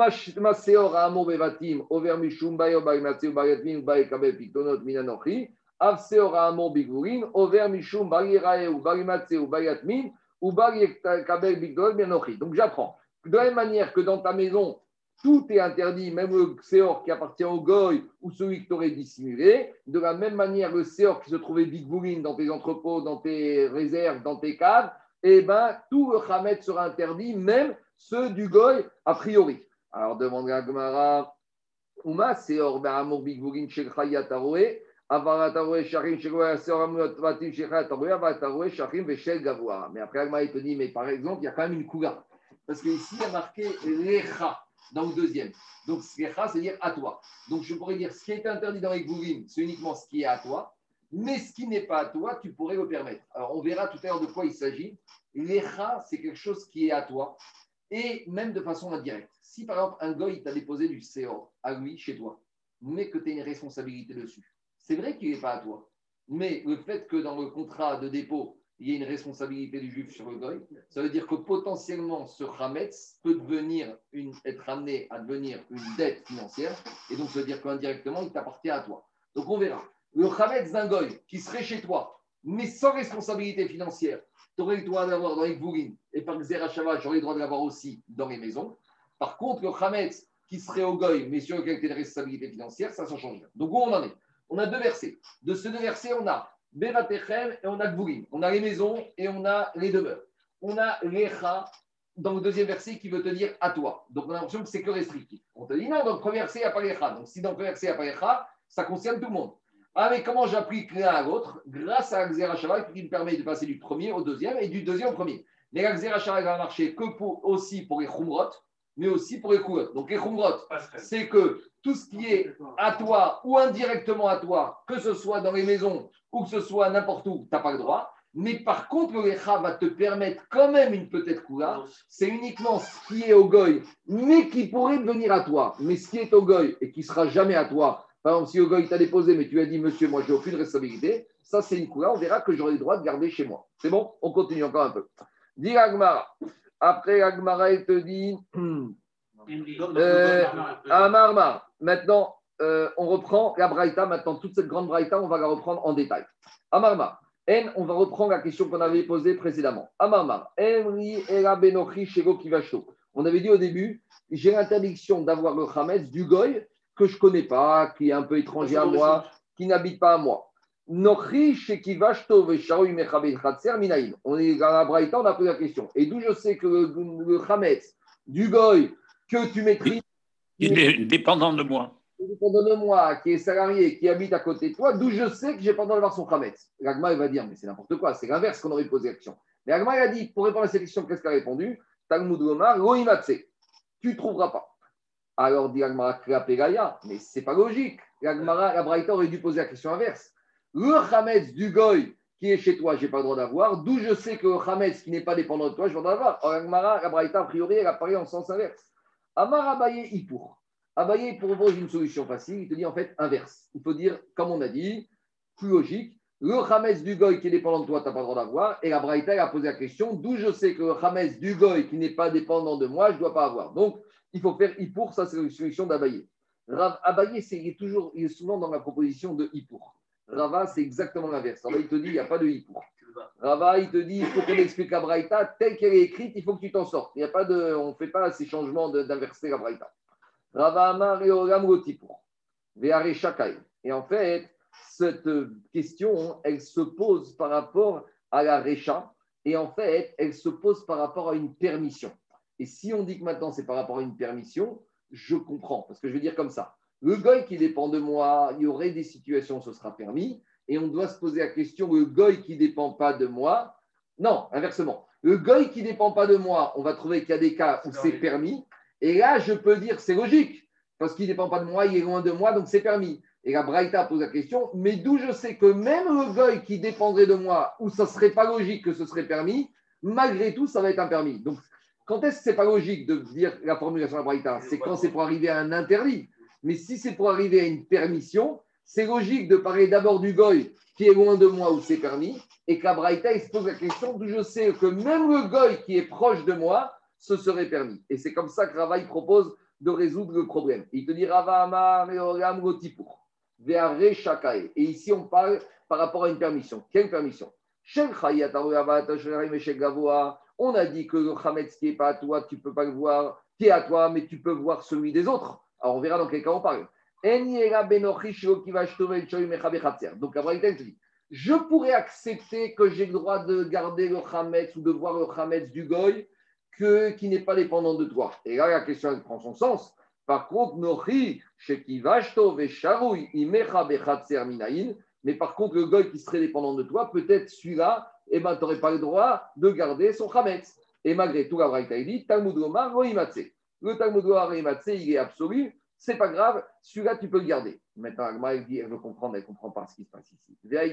Maseor Amor Bevatim, Over Mishum Bayo Baimatse, Bayatmin, Baykabe Piktonot Minanochi. Av seor Amor bigvulin, Over Mishum Bayirae ou Baimatse ou Bayatmin, ou Baykabe Piktonot Minanochi. Donc j'apprends. De la même manière que dans ta maison, tout est interdit, même le séor qui appartient au goy ou celui que tu aurais dissimulé. De la même manière, le séor qui se trouvait big bouline dans tes entrepôts, dans tes réserves, dans tes caves, eh ben, tout le chametz sera interdit, même ceux du goy a priori. Alors demande la Gemara, Uma séor ba'amor big bouline shel chayataroé, avarataroé sharim shel séor amot vatim shel chayataroé, avarataroé sharim veshel gavoa. Mais après, Agma, il te dit, mais par exemple, il y a quand même une coula. Parce qu'ici, il y a marqué lecha. Dans le deuxième. Donc, skecha, c'est-à-dire à toi. Donc, je pourrais dire ce qui est interdit dans les Gourim, c'est uniquement ce qui est à toi. Mais ce qui n'est pas à toi, tu pourrais le permettre. Alors, on verra tout à l'heure de quoi il s'agit. Lecha, c'est quelque chose qui est à toi. Et même de façon indirecte. Si, par exemple, un goy t'a déposé du séor à lui, chez toi, mais que tu as une responsabilité dessus, c'est vrai qu'il n'est pas à toi. Mais le fait que dans le contrat de dépôt, il y a une responsabilité du juif sur le goy, ça veut dire que potentiellement ce chametz peut devenir une, être amené à devenir une dette financière, et donc ça veut dire qu'indirectement il t'appartient à toi. Donc on verra. Le chametz d'un goy qui serait chez toi, mais sans responsabilité financière, tu aurais le droit d'avoir dans les bourrines, et par le zerachava, j'aurais le droit de l'avoir aussi dans les maisons. Par contre, le chametz qui serait au goy, mais sur lequel tu as une responsabilité financière, ça, ça change rien. Donc où on en est? On a deux versets. De ces deux versets, on a Bevatechem et on a Gvourim. On a les maisons et on a les demeures. On a Lecha dans le deuxième verset qui veut te dire à toi. Donc on a l'impression que c'est que restrictif. On te dit non, dans le premier verset, il n'y a pas Lecha. Donc si dans le premier verset, il n'y a pas Lecha, ça concerne tout le monde. Ah, mais comment j'applique l'un à l'autre? Grâce à Xera Shava qui me permet de passer du premier au deuxième et du deuxième au premier. Mais la Xera Shava va marcher que pour, aussi pour les Khumrot, mais aussi pour les Koulot. Donc les Khumrot, c'est que tout ce qui est à toi ou indirectement à toi, que ce soit dans les maisons ou que ce soit n'importe où, tu n'as pas le droit. Mais par contre, le Lecha va te permettre quand même une peut-être coula. C'est uniquement ce qui est au goy, mais qui pourrait devenir à toi. Mais ce qui est au goy et qui ne sera jamais à toi, par exemple, si au goy t'a déposé, mais tu as dit, monsieur, moi, je n'ai aucune responsabilité, ça, c'est une coula. On verra que j'aurai le droit de garder chez moi. C'est bon? On continue encore un peu. Dis Agmara. Après, Agmara, il te dit euh, Amarma. Maintenant, euh, on reprend la Braïta. Maintenant, toute cette grande Braïta, on va la reprendre en détail. Amarma. En, on va reprendre la question qu'on avait posée précédemment. Amarma. Emri Ela Benochi Shego Kivashto. On avait dit au début, j'ai l'interdiction d'avoir le Hametz du Goy que je ne connais pas, qui est un peu étranger à moi, qui n'habite pas à moi. Nochi Shekivashto Veshaoui Mechabed Khatser Minaïm. On est dans la Braïta, on a posé la question. Et d'où je sais que le, le Chametz du Goy que tu maîtrises,
il est dépendant de moi.
Dépendant de moi, qui est salarié, qui habite à côté de toi, d'où je sais que j'ai pas le droit d'avoir son Chametz. L'Agma, il va dire, mais c'est n'importe quoi, c'est l'inverse qu'on aurait posé la question. Mais l'Agma, il a dit, pour répondre à cette question, qu'est-ce qu'il a répondu? Talmud Gomar, Roimatse, tu ne trouveras pas. Alors dit l'Agmara, Klapegaya, mais c'est pas logique. L'Agmara, la Braïta aurait dû poser la question inverse. Le Chametz du Goy qui est chez toi, je n'ai pas le droit d'avoir, d'où je sais que le Chametz qui n'est pas dépendant de toi, je vais le droit d'avoir. Alors l'Agmara, la Braïta, a priori, elle a parlé en sens inverse. Amar Abaye Ipour. Abaye propose une solution facile, il te dit en fait inverse. Il faut dire, comme on a dit, plus logique, le Chametz du Goy qui est dépendant de toi, tu n'as pas le droit d'avoir. Et la Braïta elle a posé la question, d'où je sais que le Chametz du Goy qui n'est pas dépendant de moi, je ne dois pas avoir. Donc, il faut faire Ipour, ça c'est la solution d'Abaye. Abaye, c'est, il, est toujours, il est souvent dans la proposition de Ipour. Rava, c'est exactement l'inverse. Rava, il te dit, il n'y a pas de Ipour. Rava, il te dit, il faut qu'on explique la Braïta telle qu'elle est écrite, il faut que tu t'en sortes. Il y a pas de, on ne fait pas ces changements de, d'inverser la Braïta. Rava Amar et Olam Rotipour. Veare Shakai. Et en fait, cette question, elle se pose par rapport à la Récha. Et en fait, elle se pose par rapport à une permission. Et si on dit que maintenant c'est par rapport à une permission, je comprends. Parce que je veux dire comme ça. Le goy qui dépend de moi, il y aurait des situations où ce sera permis. Et on doit se poser la question, le goy qui ne dépend pas de moi, non, inversement. Le goy qui ne dépend pas de moi, on va trouver qu'il y a des cas où c'est permis. Et là, je peux dire, c'est logique, parce qu'il ne dépend pas de moi, il est loin de moi, donc c'est permis. Et la Braïta pose la question, mais d'où je sais que même le goy qui dépendrait de moi, où ça ne serait pas logique que ce serait permis, malgré tout, ça va être un permis. Donc, quand est-ce que ce n'est pas logique de dire la formulation de la Braïta? C'est quand c'est pour arriver à un interdit. Mais si c'est pour arriver à une permission, c'est logique de parler d'abord du goy qui est loin de moi où c'est permis, et que la Braïta, il se pose la question d'où je sais que même le goy qui est proche de moi, ce serait permis. Et c'est comme ça que Rava il propose de résoudre le problème. Il te dit Rava Amar Meoram Gotipour, Veare Shakae. Et ici, on parle par rapport à une permission. Quelle permission? On a dit que le Chametz qui n'est pas à toi, tu ne peux pas le voir, qui est à toi, mais tu peux voir celui des autres. Alors, on verra dans quel cas on parle. Donc, la Braïta te dit, je pourrais accepter que j'ai le droit de garder le Chametz ou de voir le Chametz du Goy que, qui n'est pas dépendant de toi. Et là, la question elle prend son sens. Par contre, Nochi, Shekivashto, Vesharoui, Imecha, Bechatser, Minaïn. Mais par contre, le Goy qui serait dépendant de toi, peut-être celui-là, eh ben, tu n'aurais pas le droit de garder son Chametz. Et malgré tout, la Braïta dit, Talmud Gomar, Roimatse. Le Talmud Gomar, Roimatse, il est absolu. C'est pas grave, celui-là, tu peux le garder. Maintenant, Agma, elle dit, elle veut comprendre, elle ne comprend pas ce qui se passe ici.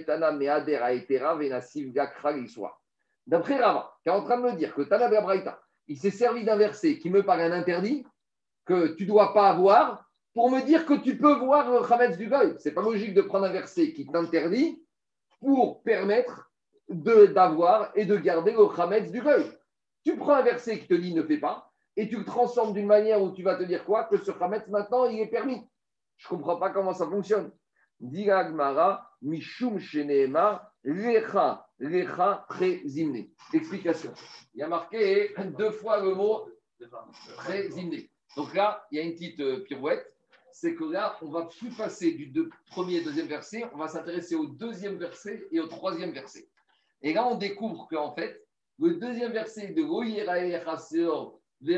D'après Rava, qui est en train de me dire que Tana de la Braïta, il s'est servi d'un verset qui me paraît un interdit, que tu ne dois pas avoir, pour me dire que tu peux voir le Chametz du Goy. Ce n'est pas logique de prendre un verset qui t'interdit pour permettre de, d'avoir et de garder le Chametz du Goy. Tu prends un verset qui te dit ne fais pas, et tu le transformes d'une manière où tu vas te dire quoi? Que ce Chametz, maintenant, il est permis. Je ne comprends pas comment ça fonctionne. Dira Gmara, Mishum Sheneema, Lecha, Lecha, Prezimne. Explication. Il y a marqué deux fois le mot Prezimne. Donc là, il y a une petite pirouette. C'est que là, on va plus passer du deux, premier et deuxième verset. On va s'intéresser au deuxième verset et au troisième verset. Et là, on découvre qu'en fait, le deuxième verset de Goyeraecha Seor,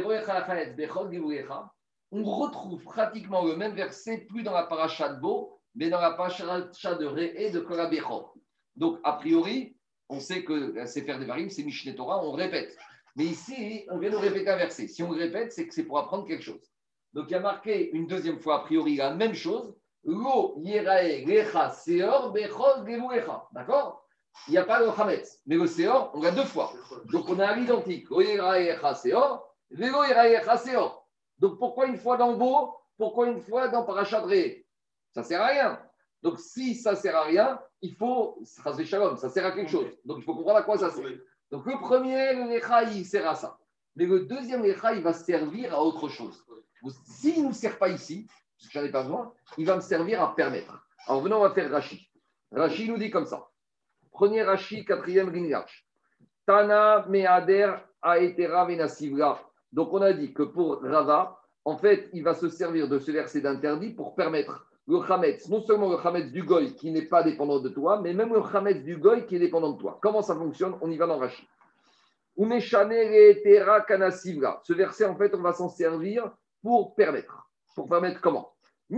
on retrouve pratiquement le même verset, plus dans la paracha de Bo, mais dans la paracha de Ré et de Korabechor. Donc, a priori, on sait que c'est faire des varim, c'est Mishneh Torah, on répète. Mais ici, on vient de répéter un verset. Si on le répète, c'est que c'est pour apprendre quelque chose. Donc, il y a marqué une deuxième fois, a priori, la même chose. Lo yerae lecha seor bechol gevuecha. D'accord? Il n'y a pas le chametz. Mais le seor, on l'a deux fois. Donc, on a à l'identique. Lo yerae lecha seor. Donc, pourquoi une fois dans le Bo? Pourquoi une fois dans Parashat Ré? Ça ne sert à rien. Donc, si ça ne sert à rien, il faut. Shalom, ça sert à quelque chose. Donc, il faut comprendre à quoi ça sert. Donc, le premier, le Lecha, il sert à ça. Mais le deuxième Lecha, il va servir à autre chose. S'il ne nous sert pas ici, parce que j'en ai pas besoin, il va me servir à permettre. Alors, venons, on va faire Rashi. Rashi nous dit comme ça. Premier Rashi, quatrième Ringash. Tana me'ader aetera venasivla. Donc, on a dit que pour Rava, en fait, il va se servir de ce verset d'interdit pour permettre. le Hametz, non seulement le Hametz du Goy qui n'est pas dépendant de toi, mais même le Hametz du Goy qui est dépendant de toi. Comment ça fonctionne? On y va dans Rashi. Ce verset, en fait, on va s'en servir pour permettre. Pour permettre comment?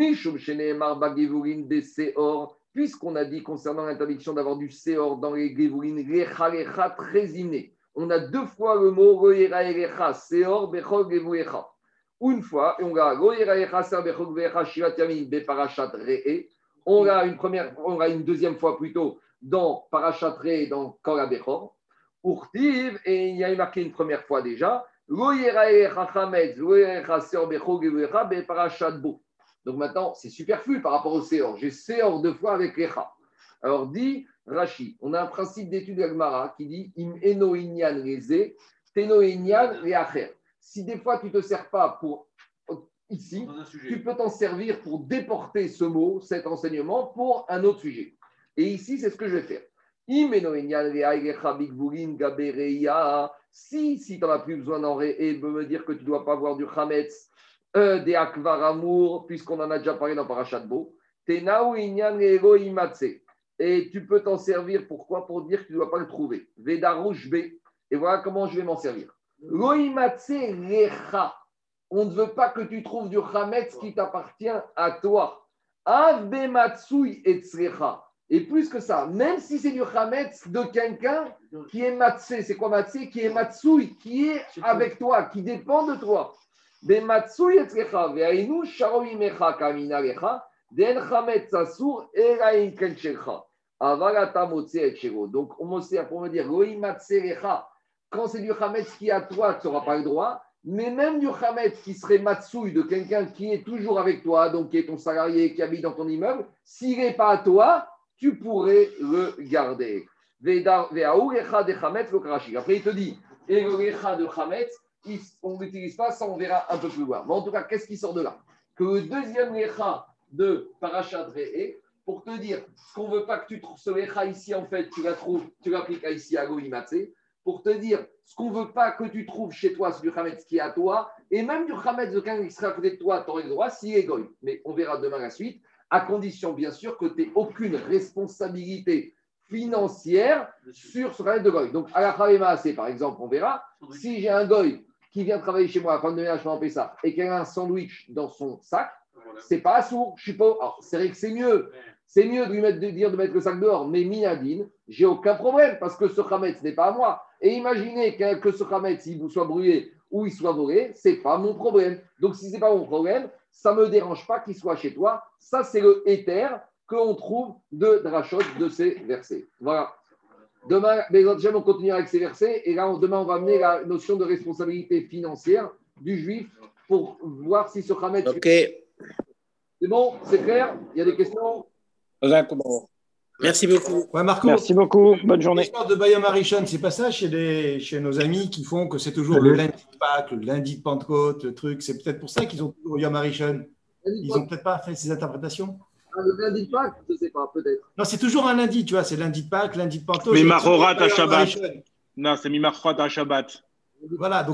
Puisqu'on a dit concernant l'interdiction d'avoir du Seor dans les Gevourin, Recha Recha Tréziné. On a deux fois le mot Roera Erecha, Seor Bechol Gevouecha. Une fois, et on a Roera Erecha, Seor Bechol Gevouecha, Shirat Yamin, Beparashat Re'e. On a une première, on a une deuxième fois plutôt dans Parashat Re'e, dans Kol HaBechor. Urtiv, et il y a marqué une première fois déjà, donc maintenant, c'est superflu par rapport au Seor. J'ai Seor deux fois avec Recha. Alors dit Rashi, on a un principe d'étude de la Gemara qui dit Im eno inyan reze, teno inyan reacher. Si des fois tu ne te sers pas pour ici, tu peux t'en servir pour déporter ce mot, cet enseignement, pour un autre sujet. Et ici, c'est ce que je vais faire. Si, si tu n'en as plus besoin d'en et de me dire que tu ne dois pas avoir du Hametz, euh, des Akvar Amour, puisqu'on en a déjà parlé dans Parashat Bo, et tu peux t'en servir, pourquoi? Pour dire que tu ne dois pas le trouver. Vedarouche B. Et voilà comment je vais m'en servir. Loimatse Recha. On ne veut pas que tu trouves du Hametz qui t'appartient à toi. Avbe Matsui Etzrecha. Et plus que ça, même si c'est du Hametz de quelqu'un qui est matsé, c'est quoi matsé? Qui est matsouille, qui est avec toi, qui dépend de toi. Des matsouille etzrecha, ve'ainu sharoimecha kaminalecha, den Hametz asur erain kenchelcha. Avalata motse etchero. Donc, on m'a sert pour me dire, roi matselecha, quand c'est du Hametz qui est à toi, tu n'auras pas le droit. Mais même du Hametz qui serait matsouille de quelqu'un qui est toujours avec toi, donc qui est ton salarié, qui habite dans ton immeuble, s'il n'est pas à toi, tu pourrais le garder. Après, il te dit, et le recha de Hametz, on n'utilise pas, ça on verra un peu plus loin. Mais en tout cas, qu'est-ce qui sort de là? Que le deuxième recha de Parashat Re'e, pour te dire, ce qu'on ne veut pas que tu trouves ce recha ici, en fait, tu la trouves, tu l'appliques ici à Goïmatse, pour te dire, ce qu'on ne veut pas que tu trouves chez toi, c'est du Hametz qui est à toi, et même du Hametz de quelqu'un qui sera à côté de toi, tu aurais le droit, s'il est Goï. Mais on verra demain la suite. À condition, bien sûr, que tu n'aies aucune responsabilité financière sur ce travail de Goy. Donc, à la Khalémassé, par exemple, on verra, si j'ai un Goy qui vient travailler chez moi à fin de ménage, je vais ça, et qu'il a un sandwich dans son sac, c'est pas assourd, je suis pas. Alors, c'est vrai que c'est mieux, c'est mieux de lui mettre, de dire de mettre le sac dehors, mais minadine, j'ai aucun problème, parce que ce Hametz n'est pas à moi. Et imaginez que, que ce Hametz, il vous soit brûlé ou il soit volé, c'est pas mon problème. Donc, si c'est pas mon problème, ça ne me dérange pas qu'il soit chez toi. Ça, c'est le éther qu'on trouve de Drachot de ces versets. Voilà. Demain, on continue avec ces versets. Et là, demain, on va amener la notion de responsabilité financière du juif pour voir si ce Hametz.
Ok.
C'est bon? C'est clair? Il y a des questions?
Merci beaucoup.
Ouais, Marco.
Merci beaucoup. Bonne journée.
L'histoire de Bayam Arishon, c'est pas ça chez, les, chez nos amis qui font que c'est toujours le lundi de Pâques, le lundi de Pentecôte, le truc. C'est peut-être pour ça qu'ils ont toujours Yom Arishon. Ils n'ont peut-être pas fait ces interprétations.
Ah, le lundi de Pâques, je ne sais pas, peut-être.
Non, c'est toujours un lundi, tu vois. C'est lundi de Pâques, lundi de Pentecôte.
Mimachorat à Shabbat. Non, c'est Mimachorat à Shabbat.
Voilà. Donc